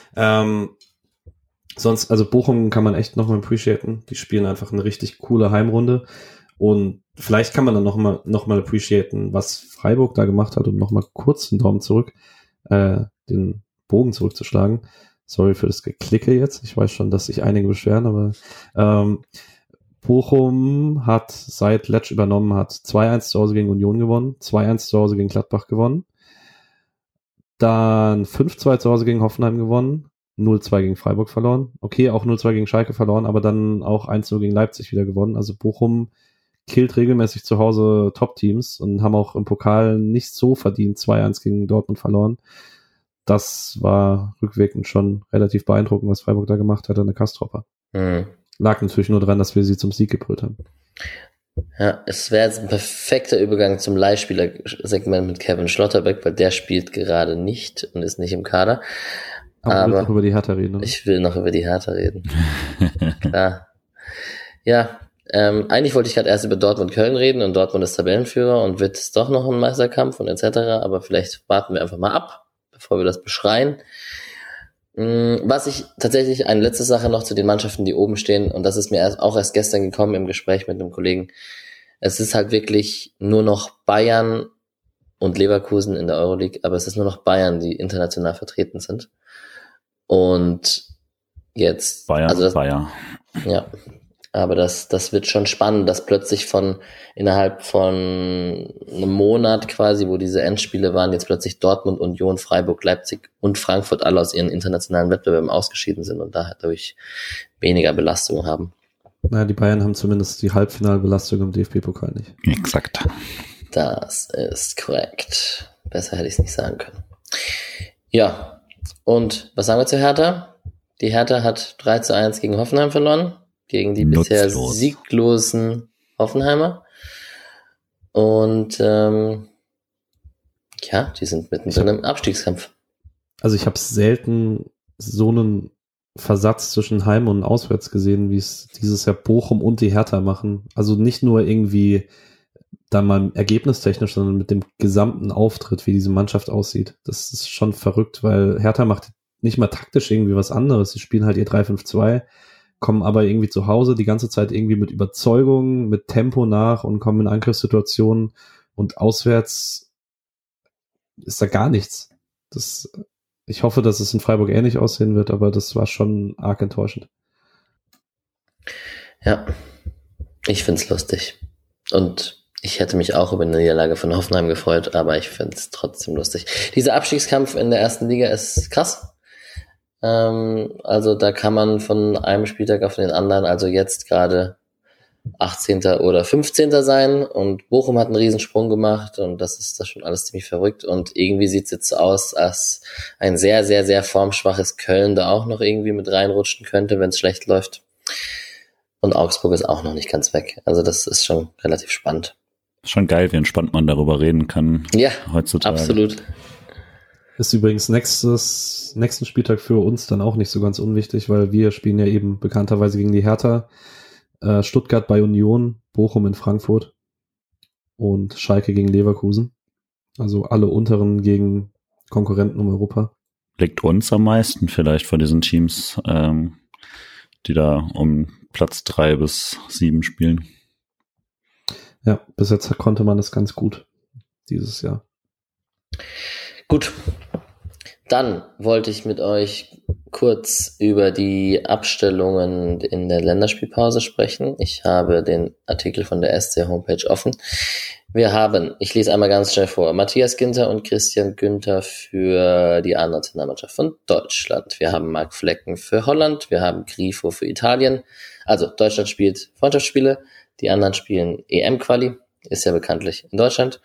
Sonst, also Bochum kann man echt nochmal appreciaten. Die spielen einfach eine richtig coole Heimrunde. Und vielleicht kann man dann nochmal appreciaten, was Freiburg da gemacht hat, um nochmal kurz den Daumen zurück, den Bogen zurückzuschlagen. Sorry für das Geklicke jetzt. Ich weiß schon, dass sich einige beschweren, aber Bochum hat seit Letsch übernommen hat 2-1 zu Hause gegen Union gewonnen, 2-1 zu Hause gegen Gladbach gewonnen, dann 5-2 zu Hause gegen Hoffenheim gewonnen, 0-2 gegen Freiburg verloren, okay, auch 0-2 gegen Schalke verloren, aber dann auch 1-0 gegen Leipzig wieder gewonnen. Also Bochum killt regelmäßig zu Hause Top-Teams und haben auch im Pokal nicht so verdient 2-1 gegen Dortmund verloren. Das war rückwirkend schon relativ beeindruckend, was Freiburg da gemacht hat an der Kastropper. Lag natürlich nur daran, dass wir sie zum Sieg gebrüllt haben. Ja, es wäre jetzt ein perfekter Übergang zum Leihspieler-Segment mit Kevin Schlotterbeck, weil der spielt gerade nicht und ist nicht im Kader. Aber du willst noch über die Hertha reden, oder? Ich will noch über die Hertha reden. Klar. Ja, eigentlich wollte ich gerade erst über Dortmund-Köln reden und Dortmund ist Tabellenführer und wird es doch noch ein Meisterkampf und etc., aber vielleicht warten wir einfach mal ab, bevor wir das beschreien. Was ich tatsächlich, eine letzte Sache noch zu den Mannschaften, die oben stehen, und das ist mir erst gestern gekommen im Gespräch mit einem Kollegen. Es ist halt wirklich nur noch Bayern und Leverkusen in der Euroleague, aber es ist nur noch Bayern, die international vertreten sind. Und jetzt... Bayern. Ja, aber das wird schon spannend, dass plötzlich innerhalb von einem Monat quasi, wo diese Endspiele waren, jetzt plötzlich Dortmund, Union, Freiburg, Leipzig und Frankfurt alle aus ihren internationalen Wettbewerben ausgeschieden sind und dadurch weniger Belastung haben. Na, die Bayern haben zumindest die Halbfinalbelastung im DFB-Pokal nicht. Exakt. Das ist korrekt. Besser hätte ich es nicht sagen können. Ja, und was sagen wir zu Hertha? Die Hertha hat 3-1 gegen Hoffenheim verloren. Gegen die bisher sieglosen Hoffenheimer. Und die sind mittendrin im Abstiegskampf. Also ich habe selten so einen Versatz zwischen Heim- und Auswärts gesehen, wie es dieses Jahr Bochum und die Hertha machen. Also nicht nur irgendwie da mal ergebnistechnisch, sondern mit dem gesamten Auftritt, wie diese Mannschaft aussieht. Das ist schon verrückt, weil Hertha macht nicht mal taktisch irgendwie was anderes. Sie spielen halt ihr 3-5-2, kommen aber irgendwie zu Hause die ganze Zeit irgendwie mit Überzeugung, mit Tempo nach und kommen in Angriffssituationen, und auswärts ist da gar nichts. Ich hoffe, dass es in Freiburg ähnlich aussehen wird, aber das war schon arg enttäuschend. Ja, ich find's lustig. Und ich hätte mich auch über eine Niederlage von Hoffenheim gefreut, aber ich find's trotzdem lustig. Dieser Abstiegskampf in der ersten Liga ist krass. Also da kann man von einem Spieltag auf den anderen, also jetzt gerade 18. oder 15. sein, und Bochum hat einen Riesensprung gemacht und das ist schon alles ziemlich verrückt, und irgendwie sieht es jetzt so aus, als ein sehr, sehr, sehr formschwaches Köln da auch noch irgendwie mit reinrutschen könnte, wenn es schlecht läuft, und Augsburg ist auch noch nicht ganz weg, also das ist schon relativ spannend. Schon geil, wie entspannt man darüber reden kann. Ja, heutzutage. Absolut. Ist übrigens nächsten Spieltag für uns dann auch nicht so ganz unwichtig, weil wir spielen ja eben bekannterweise gegen die Hertha, Stuttgart bei Union, Bochum in Frankfurt und Schalke gegen Leverkusen. Also alle unteren gegen Konkurrenten um Europa. Liegt uns am meisten vielleicht von diesen Teams, die da um Platz 3 bis 7 spielen. Ja, bis jetzt konnte man das ganz gut dieses Jahr. Gut, dann wollte ich mit euch kurz über die Abstellungen in der Länderspielpause sprechen. Ich habe den Artikel von der SC-Homepage offen. Wir haben, ich lese einmal ganz schnell vor, Matthias Ginter und Christian Günther für die A-Nationalmannschaft von Deutschland. Wir haben Marc Flecken für Holland, wir haben Grifo für Italien. Also Deutschland spielt Freundschaftsspiele, die anderen spielen EM-Quali, ist ja bekanntlich in Deutschland.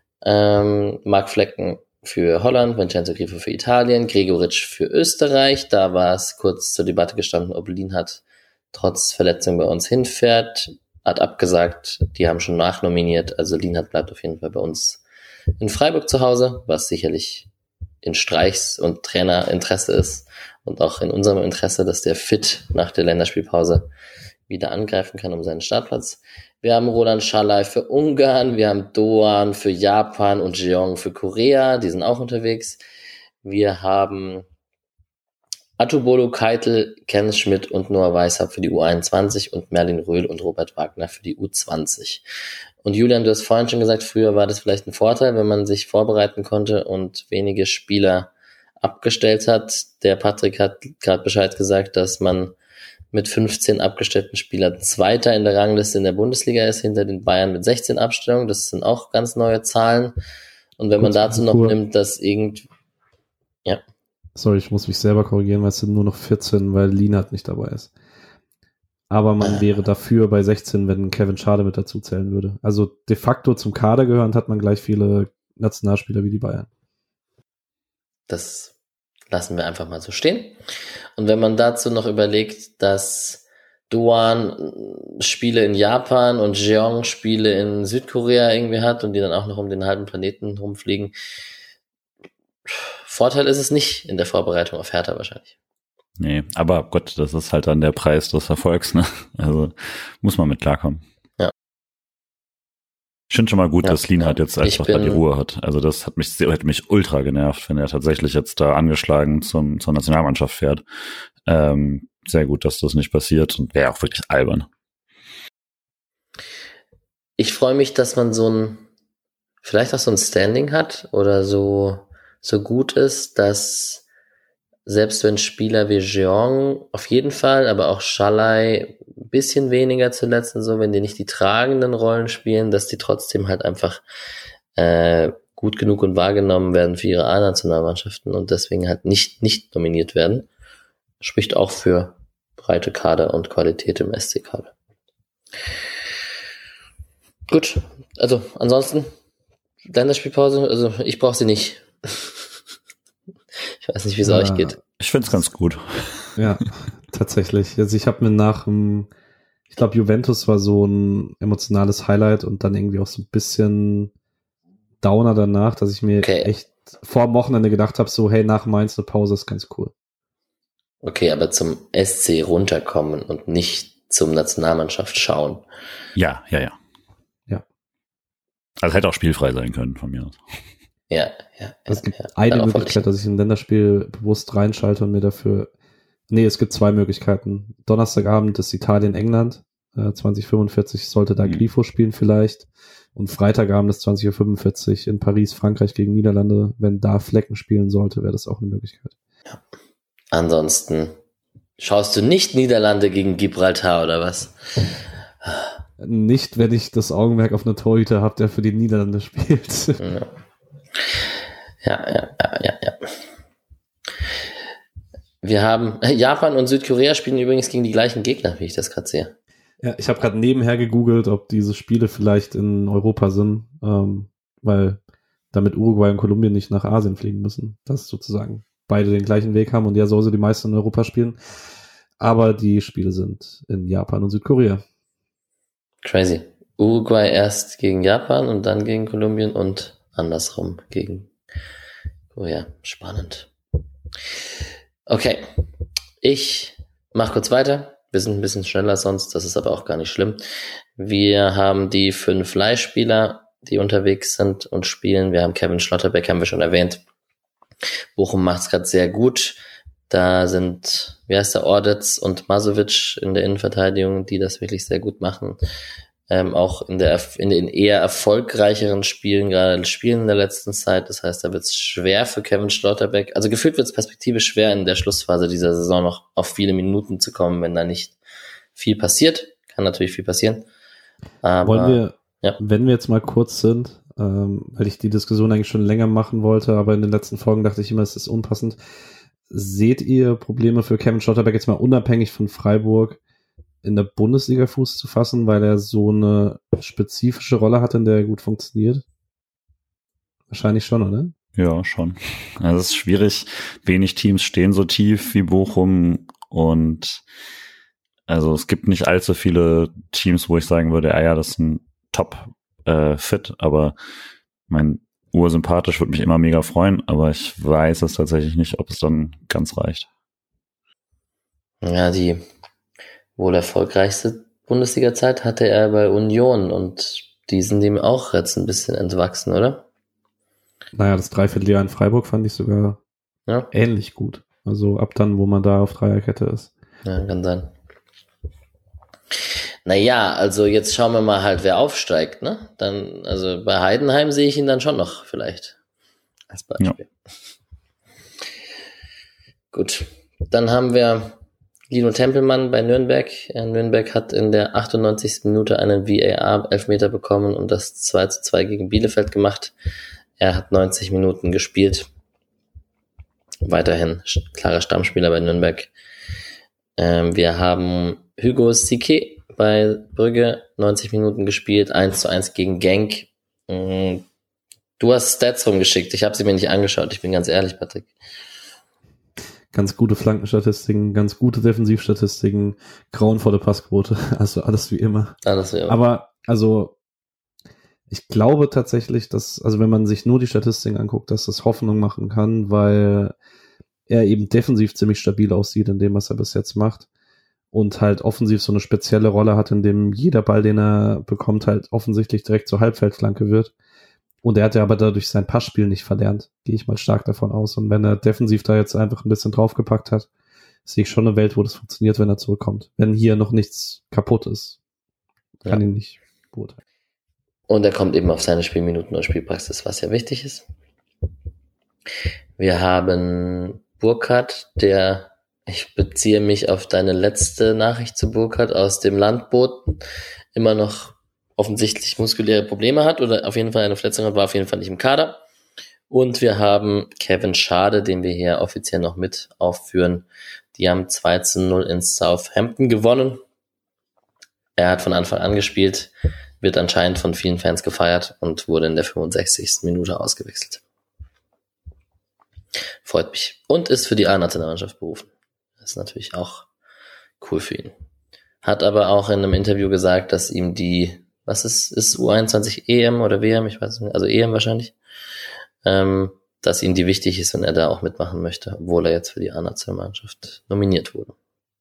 Marc Flecken für Holland, Vincenzo Grifo für Italien, Gregoritsch für Österreich. Da war es kurz zur Debatte gestanden, ob Lienhardt trotz Verletzung bei uns hinfährt. Hat abgesagt, die haben schon nachnominiert, also Lienhardt bleibt auf jeden Fall bei uns in Freiburg zu Hause, was sicherlich in Streichs und Trainerinteresse ist und auch in unserem Interesse, dass der fit nach der Länderspielpause wieder angreifen kann um seinen Startplatz. Wir haben Roland Schalay für Ungarn, wir haben Doan für Japan und Jeong für Korea, die sind auch unterwegs. Wir haben Atubolo, Keitel, Ken Schmidt und Noah Weishaupt für die U21 und Merlin Röhl und Robert Wagner für die U20. Und Julian, du hast vorhin schon gesagt, früher war das vielleicht ein Vorteil, wenn man sich vorbereiten konnte und wenige Spieler abgestellt hat. Der Patrick hat gerade Bescheid gesagt, dass man mit 15 abgestellten Spielern Zweiter in der Rangliste in der Bundesliga ist, hinter den Bayern mit 16 Abstellungen. Das sind auch ganz neue Zahlen. Und wenn man dazu noch nimmt, dass ja. Sorry, ich muss mich selber korrigieren, weil es sind nur noch 14, weil Lienhardt nicht dabei ist. Aber man wäre dafür bei 16, wenn Kevin Schade mit dazu zählen würde. Also de facto zum Kader gehörend hat man gleich viele Nationalspieler wie die Bayern. Das lassen wir einfach mal so stehen. Und wenn man dazu noch überlegt, dass Doan Spiele in Japan und Jeong Spiele in Südkorea irgendwie hat und die dann auch noch um den halben Planeten rumfliegen, Vorteil ist es nicht in der Vorbereitung auf Hertha wahrscheinlich. Nee, aber Gott, das ist halt dann der Preis des Erfolgs, ne? Also muss man mit klarkommen. Ja. Ich finde schon mal gut, dass Lienhardt jetzt einfach da die Ruhe hat. Also das hat mich ultra genervt, wenn er tatsächlich jetzt da angeschlagen zur Nationalmannschaft fährt. Sehr gut, dass das nicht passiert und wäre auch wirklich albern. Ich freue mich, dass man vielleicht auch so ein Standing hat oder so gut ist, dass selbst wenn Spieler wie Jeong auf jeden Fall, aber auch Schalai ein bisschen weniger zuletzt und so, wenn die nicht die tragenden Rollen spielen, dass die trotzdem halt einfach gut genug und wahrgenommen werden für ihre A-Nationalmannschaften und deswegen halt nicht nominiert werden. Spricht auch für breite Kader und Qualität im SC-Kader. Gut, also ansonsten Länderspielpause, also ich brauche sie nicht. Ich weiß nicht, wie es euch geht. Ich finde es ganz gut. Ja, tatsächlich. Also ich habe mir ich glaube Juventus war so ein emotionales Highlight und dann irgendwie auch so ein bisschen Downer danach, dass ich mir echt vor dem Wochenende gedacht habe, so hey, nach Mainz eine Pause ist ganz cool. Okay, aber zum SC runterkommen und nicht zum Nationalmannschaft schauen. Ja. Also hätte auch spielfrei sein können von mir aus. Ja. Es gibt eine Möglichkeit, dass ich ein Länderspiel bewusst reinschalte und mir dafür... Nee, es gibt zwei Möglichkeiten. Donnerstagabend ist Italien-England. 2045 sollte da Grifo spielen vielleicht. Und Freitagabend ist 20:45 in Paris, Frankreich gegen Niederlande. Wenn da Flecken spielen sollte, wäre das auch eine Möglichkeit. Ja. Ansonsten schaust du nicht Niederlande gegen Gibraltar oder was? Nicht, wenn ich das Augenmerk auf einen Torhüter habe, der für die Niederlande spielt. Ja. Wir haben Japan und Südkorea spielen übrigens gegen die gleichen Gegner, wie ich das gerade sehe. Ja, ich habe gerade nebenher gegoogelt, ob diese Spiele vielleicht in Europa sind, weil damit Uruguay und Kolumbien nicht nach Asien fliegen müssen. Dass sozusagen beide den gleichen Weg haben und ja, so die meisten in Europa spielen. Aber die Spiele sind in Japan und Südkorea. Crazy. Uruguay erst gegen Japan und dann gegen Kolumbien und andersrum gegen Korea. Spannend. Okay. Ich mache kurz weiter. Wir sind ein bisschen schneller sonst, das ist aber auch gar nicht schlimm. Wir haben die 5 Leihspieler, die unterwegs sind und spielen. Wir haben Kevin Schlotterbeck, haben wir schon erwähnt. Bochum macht es gerade sehr gut. Da sind, Ordetz und Masovic in der Innenverteidigung, die das wirklich sehr gut machen. Auch in den eher erfolgreicheren Spielen, gerade Spielen in der letzten Zeit. Das heißt, da wird es schwer für Kevin Schlotterbeck. Also gefühlt wird es perspektivisch schwer, in der Schlussphase dieser Saison noch auf viele Minuten zu kommen, wenn da nicht viel passiert. Kann natürlich viel passieren. Aber, wenn wir jetzt mal kurz sind, weil ich die Diskussion eigentlich schon länger machen wollte, aber in den letzten Folgen dachte ich immer, es ist unpassend. Seht ihr Probleme für Kevin Schlotterbeck jetzt mal unabhängig von Freiburg in der Bundesliga Fuß zu fassen, weil er so eine spezifische Rolle hat, in der er gut funktioniert? Wahrscheinlich schon, oder? Ja, schon. Also es ist schwierig. Wenig Teams stehen so tief wie Bochum und also es gibt nicht allzu viele Teams, wo ich sagen würde, das ist ein Top-Fit, aber ursympathisch würde mich immer mega freuen, aber ich weiß es tatsächlich nicht, ob es dann ganz reicht. Ja, die wohl erfolgreichste Bundesliga-Zeit hatte er bei Union und die sind ihm auch jetzt ein bisschen entwachsen, oder? Naja, das Dreivierteljahr in Freiburg fand ich sogar ähnlich gut. Also ab dann, wo man da auf Dreierkette ist. Ja, kann sein. Naja, also jetzt schauen wir mal halt, wer aufsteigt, ne? Dann, also bei Heidenheim sehe ich ihn dann schon noch vielleicht als Beispiel. Ja. Gut, dann haben wir Lino Tempelmann bei Nürnberg. Nürnberg hat in der 98. Minute einen VAR-Elfmeter bekommen und das 2:2 gegen Bielefeld gemacht. Er hat 90 Minuten gespielt. Weiterhin klarer Stammspieler bei Nürnberg. Wir haben Hugo Sique bei Brügge, 90 Minuten gespielt, 1:1 gegen Genk. Du hast Stats rumgeschickt, ich habe sie mir nicht angeschaut, ich bin ganz ehrlich, Patrick. Ganz gute Flankenstatistiken, ganz gute Defensivstatistiken, grauenvolle Passquote, also alles wie immer. Alles wie immer. Aber, also, ich glaube tatsächlich, dass, also wenn man sich nur die Statistiken anguckt, dass das Hoffnung machen kann, weil er eben defensiv ziemlich stabil aussieht in dem, was er bis jetzt macht und halt offensiv so eine spezielle Rolle hat, in dem jeder Ball, den er bekommt, halt offensichtlich direkt zur Halbfeldflanke wird. Und er hat ja aber dadurch sein Passspiel nicht verlernt, gehe ich mal stark davon aus. Und wenn er defensiv da jetzt einfach ein bisschen draufgepackt hat, sehe ich schon eine Welt, wo das funktioniert, wenn er zurückkommt. Wenn hier noch nichts kaputt ist, kann ihn nicht beurteilen. Und er kommt eben auf seine Spielminuten und Spielpraxis, was ja wichtig ist. Wir haben Burkhardt, ich beziehe mich auf deine letzte Nachricht zu Burkhardt aus dem Landboot, immer noch offensichtlich muskuläre Probleme hat oder auf jeden Fall eine Verletzung hat, war auf jeden Fall nicht im Kader. Und wir haben Kevin Schade, den wir hier offiziell noch mit aufführen. Die haben 2:0 in Southampton gewonnen. Er hat von Anfang an gespielt, wird anscheinend von vielen Fans gefeiert und wurde in der 65. Minute ausgewechselt. Freut mich. Und ist für die A-Nationalmannschaft berufen. Das ist natürlich auch cool für ihn. Hat aber auch in einem Interview gesagt, dass ihm ist U21 EM oder WM, ich weiß nicht, also EM wahrscheinlich, dass ihm die wichtig ist und er da auch mitmachen möchte, obwohl er jetzt für die A-Nationalmannschaft nominiert wurde.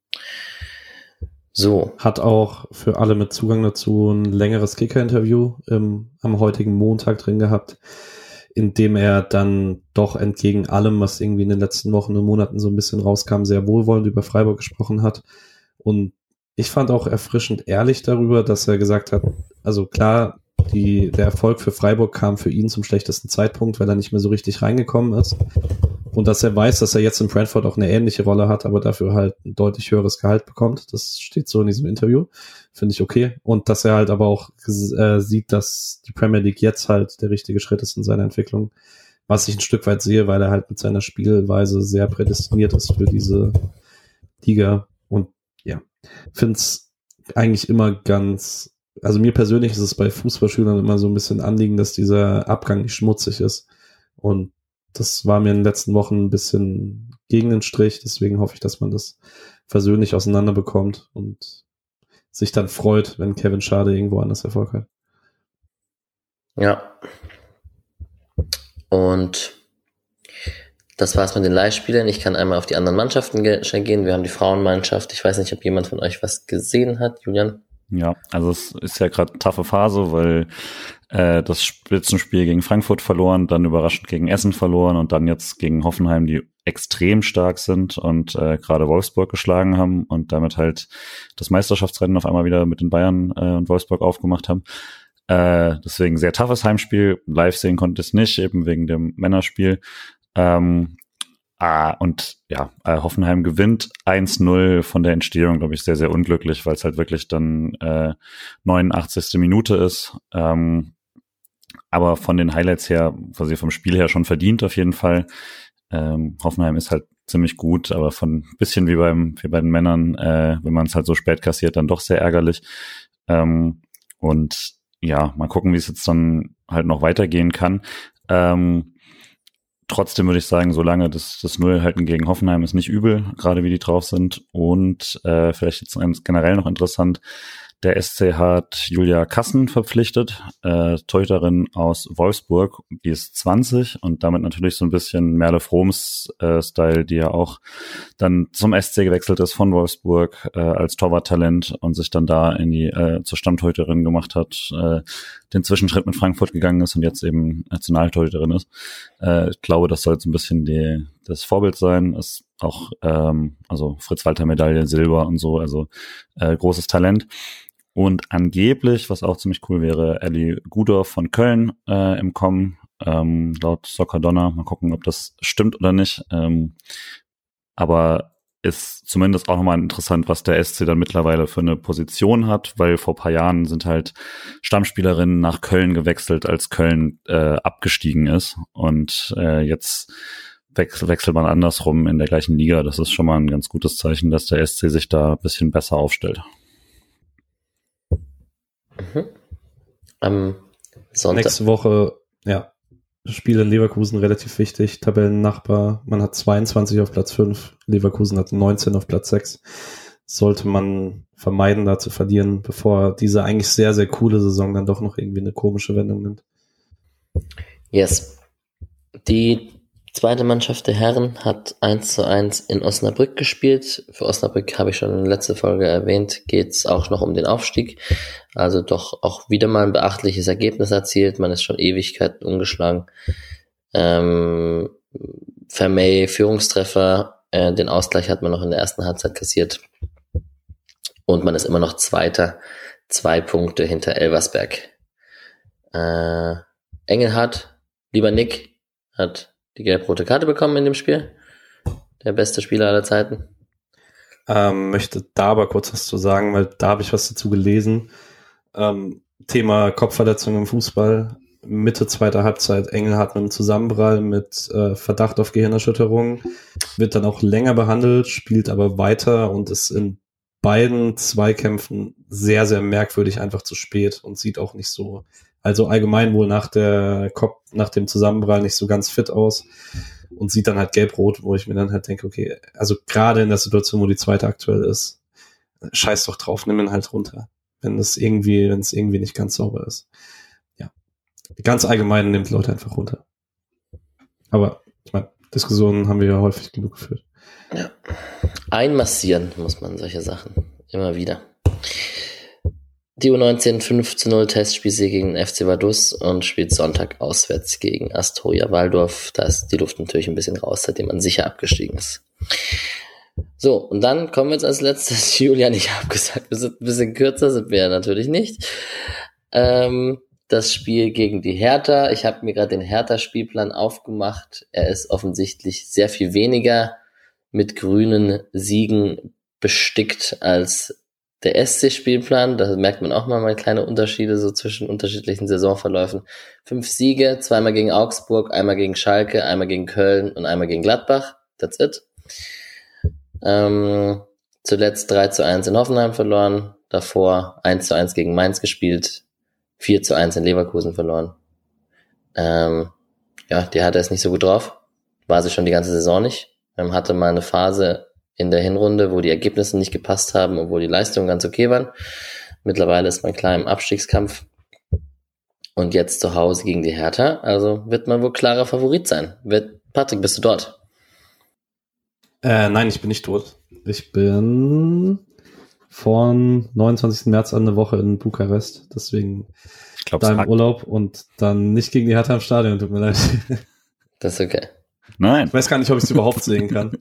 So. Hat auch für alle mit Zugang dazu ein längeres Kicker-Interview am heutigen Montag drin gehabt, in dem er dann doch entgegen allem, was irgendwie in den letzten Wochen und Monaten so ein bisschen rauskam, sehr wohlwollend über Freiburg gesprochen hat. Und ich fand auch erfrischend ehrlich darüber, dass er gesagt hat, also klar, der Erfolg für Freiburg kam für ihn zum schlechtesten Zeitpunkt, weil er nicht mehr so richtig reingekommen ist. Und dass er weiß, dass er jetzt in Brentford auch eine ähnliche Rolle hat, aber dafür halt ein deutlich höheres Gehalt bekommt. Das steht so in diesem Interview. Finde ich okay. Und dass er halt aber auch sieht, dass die Premier League jetzt halt der richtige Schritt ist in seiner Entwicklung. Was ich ein Stück weit sehe, weil er halt mit seiner Spielweise sehr prädestiniert ist für diese Liga. Und ja, finde es eigentlich immer ganz, also mir persönlich ist es bei Fußballschülern immer so ein bisschen Anliegen, dass dieser Abgang nicht schmutzig ist. Und das war mir in den letzten Wochen ein bisschen gegen den Strich. Deswegen hoffe ich, dass man das versöhnlich auseinanderbekommt und sich dann freut, wenn Kevin Schade irgendwo anders Erfolg hat. Ja. Und das war's mit den Leihspielern. Ich kann einmal auf die anderen Mannschaften schnell gehen. Wir haben die Frauenmannschaft. Ich weiß nicht, ob jemand von euch was gesehen hat. Julian? Ja, also es ist ja gerade taffe Phase, weil das Spitzenspiel gegen Frankfurt verloren, dann überraschend gegen Essen verloren und dann jetzt gegen Hoffenheim, die extrem stark sind und gerade Wolfsburg geschlagen haben und damit halt das Meisterschaftsrennen auf einmal wieder mit den Bayern und Wolfsburg aufgemacht haben. Deswegen sehr toughes Heimspiel. Live sehen konnte ich es nicht, eben wegen dem Männerspiel. Und ja, Hoffenheim gewinnt 1:0 von der Entstehung, glaube ich, sehr, sehr unglücklich, weil es halt wirklich dann 89. Minute ist. Aber von den Highlights her, quasi vom Spiel her schon verdient auf jeden Fall. Hoffenheim ist halt ziemlich gut, aber von bisschen wie bei den Männern, wenn man es halt so spät kassiert, dann doch sehr ärgerlich. Und ja, mal gucken, wie es jetzt dann halt noch weitergehen kann. Trotzdem würde ich sagen, solange das Nullhalten gegen Hoffenheim ist nicht übel, gerade wie die drauf sind. Und vielleicht jetzt generell noch interessant, der SC hat Julia Kassen verpflichtet, Torhüterin aus Wolfsburg, die ist 20 und damit natürlich so ein bisschen Merle Froms Style, die ja auch dann zum SC gewechselt ist von Wolfsburg als Torwarttalent und sich dann da in die zur Stammtorhüterin gemacht hat, den Zwischenschritt mit Frankfurt gegangen ist und jetzt eben Nationaltorhüterin ist. Ich glaube, das soll jetzt ein bisschen das Vorbild sein. Ist auch also Fritz-Walter-Medaille, Silber und so, also großes Talent. Und angeblich, was auch ziemlich cool wäre, Ellie Gudorf von Köln im Kommen, laut Soccer Donner. Mal gucken, ob das stimmt oder nicht. Aber ist zumindest auch nochmal interessant, was der SC dann mittlerweile für eine Position hat, weil vor ein paar Jahren sind halt Stammspielerinnen nach Köln gewechselt, als Köln abgestiegen ist. Und jetzt wechselt man andersrum in der gleichen Liga. Das ist schon mal ein ganz gutes Zeichen, dass der SC sich da ein bisschen besser aufstellt. Am Sonntag. Nächste Woche, ja, Spiel in Leverkusen relativ wichtig. Tabellennachbar. Man hat 22 auf Platz 5. Leverkusen hat 19 auf Platz 6. Sollte man vermeiden, da zu verlieren, bevor diese eigentlich sehr, sehr coole Saison dann doch noch irgendwie eine komische Wendung nimmt. Yes. Die zweite Mannschaft der Herren hat 1:1 in Osnabrück gespielt. Für Osnabrück, habe ich schon in der letzten Folge erwähnt, geht es auch noch um den Aufstieg. Also doch auch wieder mal ein beachtliches Ergebnis erzielt. Man ist schon Ewigkeiten ungeschlagen. Vermey, Führungstreffer. Den Ausgleich hat man noch in der ersten Halbzeit kassiert. Und man ist immer noch Zweiter. 2 Punkte hinter Elversberg. Engelhardt, lieber Nick, hat die gelb-rote Karte bekommen in dem Spiel. Der beste Spieler aller Zeiten. Möchte da aber kurz was zu sagen, weil da habe ich was dazu gelesen. Thema Kopfverletzung im Fußball. Mitte zweiter Halbzeit Engelhardt mit einem Zusammenprall mit Verdacht auf Gehirnerschütterung. Wird dann auch länger behandelt, spielt aber weiter und ist in beiden Zweikämpfen sehr, sehr merkwürdig einfach zu spät und sieht auch nicht so, also allgemein wohl nach dem Zusammenprall nicht so ganz fit aus und sieht dann halt gelb-rot, wo ich mir dann halt denke, okay, also gerade in der Situation, wo die zweite aktuell ist, scheiß doch drauf, nimm ihn halt runter, wenn es irgendwie nicht ganz sauber ist. Ja. Ganz allgemein nimmt Leute einfach runter. Aber ich meine, Diskussionen haben wir ja häufig genug geführt. Ja. Einmassieren muss man solche Sachen. Immer wieder. Die U19 5:0 Testspielsieg gegen den FC Vaduz und spielt Sonntag auswärts gegen Astoria Waldorf. Da ist die Luft natürlich ein bisschen raus, seitdem man sicher abgestiegen ist. So, und dann kommen wir jetzt als letztes. Julian, ich habe gesagt, wir sind ein bisschen kürzer, sind wir ja natürlich nicht. Das Spiel gegen die Hertha. Ich habe mir gerade den Hertha-Spielplan aufgemacht. Er ist offensichtlich sehr viel weniger mit grünen Siegen bestickt als der SC-Spielplan. Da merkt man auch mal kleine Unterschiede so zwischen unterschiedlichen Saisonverläufen. 5 Siege, 2-mal gegen Augsburg, einmal gegen Schalke, einmal gegen Köln und einmal gegen Gladbach. That's it. Zuletzt 3:1 in Hoffenheim verloren. Davor 1:1 gegen Mainz gespielt. 4:1 in Leverkusen verloren. Ja, die hatte es nicht so gut drauf. War sie schon die ganze Saison nicht. Hatte mal eine Phase in der Hinrunde, wo die Ergebnisse nicht gepasst haben, obwohl die Leistungen ganz okay waren. Mittlerweile ist man klar im Abstiegskampf. Und jetzt zu Hause gegen die Hertha. Also wird man wohl klarer Favorit sein. Patrick, bist du dort? Nein, ich bin nicht dort. Ich bin von 29. März an eine Woche in Bukarest. Deswegen da im Urlaub und dann nicht gegen die Hertha im Stadion. Tut mir leid. Das ist okay. Nein. Ich weiß gar nicht, ob ich es überhaupt sehen kann.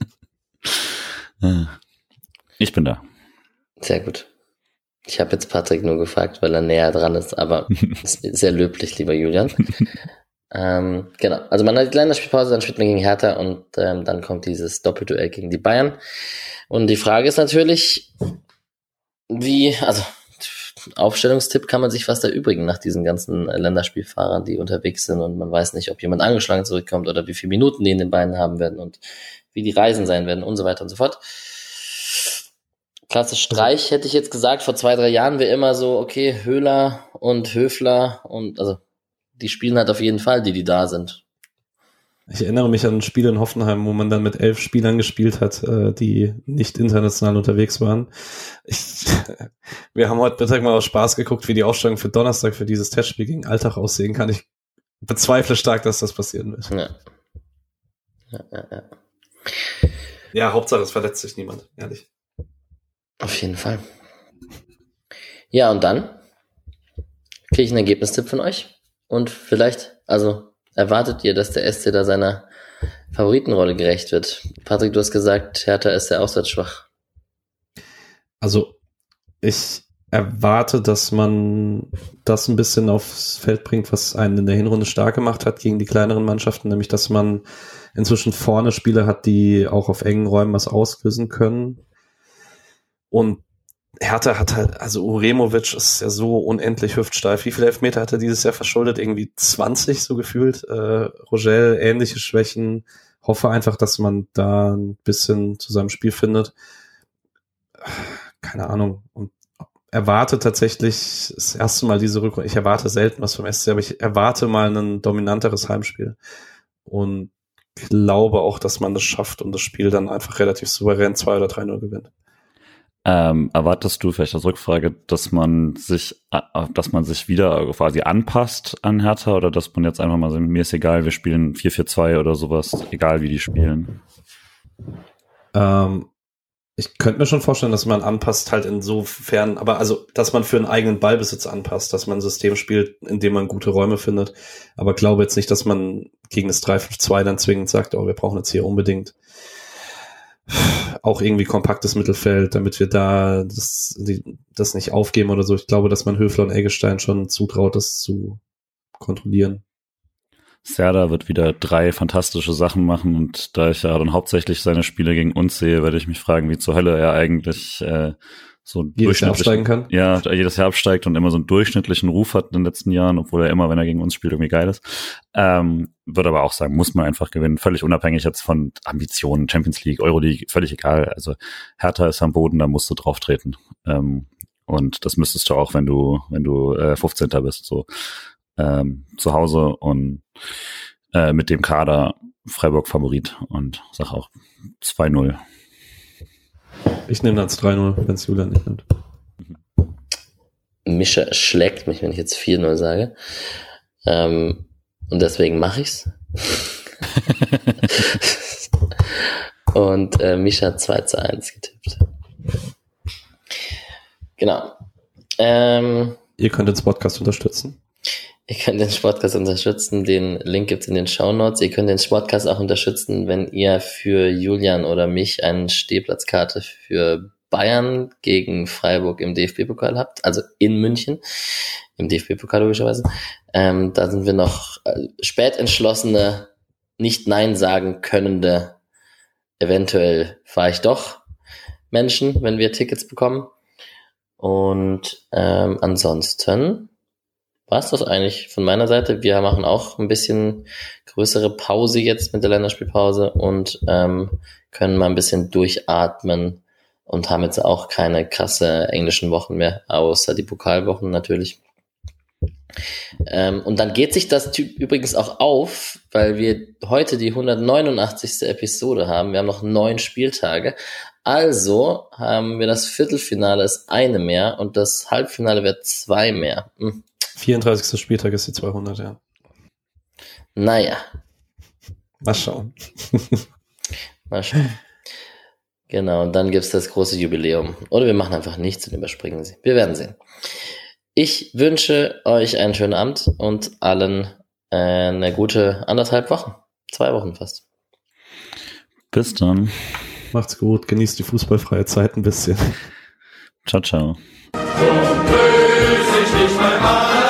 Ich bin da. Sehr gut. Ich habe jetzt Patrick nur gefragt, weil er näher dran ist, aber ist sehr löblich, lieber Julian. Genau. Also man hat die Länderspielpause, dann spielt man gegen Hertha und dann kommt dieses Doppelduell gegen die Bayern. Und die Frage ist natürlich, Aufstellungstipp kann man sich fast erübrigen nach diesen ganzen Länderspielfahrern, die unterwegs sind und man weiß nicht, ob jemand angeschlagen zurückkommt oder wie viele Minuten die in den Beinen haben werden und wie die Reisen sein werden und so weiter und so fort. Klasse Streich hätte ich jetzt gesagt, vor 2-3 Jahren wäre immer so, okay, Höhler und Höfler und also die spielen halt auf jeden Fall, die da sind. Ich erinnere mich an ein Spiel in Hoffenheim, wo man dann mit 11 Spielern gespielt hat, die nicht international unterwegs waren. Wir haben heute Mittag mal aus Spaß geguckt, wie die Aufstellung für Donnerstag für dieses Testspiel gegen Alltag aussehen kann. Ich bezweifle stark, dass das passieren wird. Ja. Ja, Hauptsache es verletzt sich niemand, ehrlich. Auf jeden Fall. Ja, und dann kriege ich einen Ergebnistipp von euch. Und vielleicht, erwartet ihr, dass der SC da seiner Favoritenrolle gerecht wird? Patrick, du hast gesagt, Hertha ist sehr auswärts schwach. Also, ich erwarte, dass man das ein bisschen aufs Feld bringt, was einen in der Hinrunde stark gemacht hat gegen die kleineren Mannschaften, nämlich dass man inzwischen vorne Spieler hat, die auch auf engen Räumen was auslösen können. Und Hertha hat halt, also Uremovic ist ja so unendlich hüftsteif. Wie viele Elfmeter hat er dieses Jahr verschuldet? Irgendwie 20 so gefühlt. Rogel, ähnliche Schwächen. Hoffe einfach, dass man da ein bisschen zu seinem Spiel findet. Keine Ahnung. Und erwarte tatsächlich das erste Mal diese Rückrunde. Ich erwarte selten was vom SC, aber ich erwarte mal ein dominanteres Heimspiel. Und glaube auch, dass man das schafft und das Spiel dann einfach relativ souverän 2 oder 3-0 gewinnt. Erwartest du vielleicht als Rückfrage, dass man sich wieder quasi anpasst an Hertha oder dass man jetzt einfach mal sagt, mir ist egal, wir spielen 4-4-2 oder sowas, egal wie die spielen? Ich könnte mir schon vorstellen, dass man anpasst halt insofern, aber also, dass man für einen eigenen Ballbesitz anpasst, dass man ein System spielt, in dem man gute Räume findet, aber glaube jetzt nicht, dass man gegen das 3-5-2 dann zwingend sagt, oh, wir brauchen jetzt hier unbedingt auch irgendwie kompaktes Mittelfeld, damit wir da das nicht aufgeben oder so. Ich glaube, dass man Höfler und Eggestein schon zutraut, das zu kontrollieren. Serdar wird wieder 3 fantastische Sachen machen und da ich ja dann hauptsächlich seine Spiele gegen uns sehe, werde ich mich fragen, wie zur Hölle er eigentlich so jedes Jahr absteigen kann. Ja, jedes Jahr absteigt und immer so einen durchschnittlichen Ruf hat in den letzten Jahren, obwohl er immer, wenn er gegen uns spielt, irgendwie geil ist. Würde aber auch sagen, muss man einfach gewinnen, völlig unabhängig jetzt von Ambitionen, Champions League, Euroleague, völlig egal. Also Hertha ist am Boden, da musst du drauf treten. Und das müsstest du auch, wenn du 15. bist, so zu Hause und mit dem Kader Freiburg Favorit und sag auch 2-0. Ich nehme das 3-0, wenn es Julian nicht nimmt. Mischa schlägt mich, wenn ich jetzt 4-0 sage. Und deswegen mache ich's. Und Mischa hat 2-1 getippt. Genau. Ihr könnt den Podcast unterstützen. Ihr könnt den Podcast unterstützen, den Link gibt's in den Shownotes. Ihr könnt den Podcast auch unterstützen, wenn ihr für Julian oder mich eine Stehplatzkarte für Bayern gegen Freiburg im DFB-Pokal habt, also in München, im DFB-Pokal logischerweise. Da sind wir noch spät entschlossene, nicht Nein sagen könnende, eventuell fahre ich doch Menschen, wenn wir Tickets bekommen. Und ansonsten war's das eigentlich von meiner Seite. Wir machen auch ein bisschen größere Pause jetzt mit der Länderspielpause und können mal ein bisschen durchatmen und haben jetzt auch keine krasse englischen Wochen mehr, außer die Pokalwochen natürlich. Und dann geht sich das übrigens auch auf, weil wir heute die 189. Episode haben. Wir haben noch 9 Spieltage. Also haben wir das Viertelfinale ist eine mehr und das Halbfinale wird 2 mehr. 34. Spieltag ist die 200, ja. Naja. Mal schauen. Mal schauen. Genau, und dann gibt's das große Jubiläum. Oder wir machen einfach nichts und überspringen sie. Wir werden sehen. Ich wünsche euch einen schönen Abend und allen eine gute 1,5 Wochen. 2 Wochen fast. Bis dann. Macht's gut, genießt die fußballfreie Zeit ein bisschen. Ciao, ciao. So böse ich nicht einmal.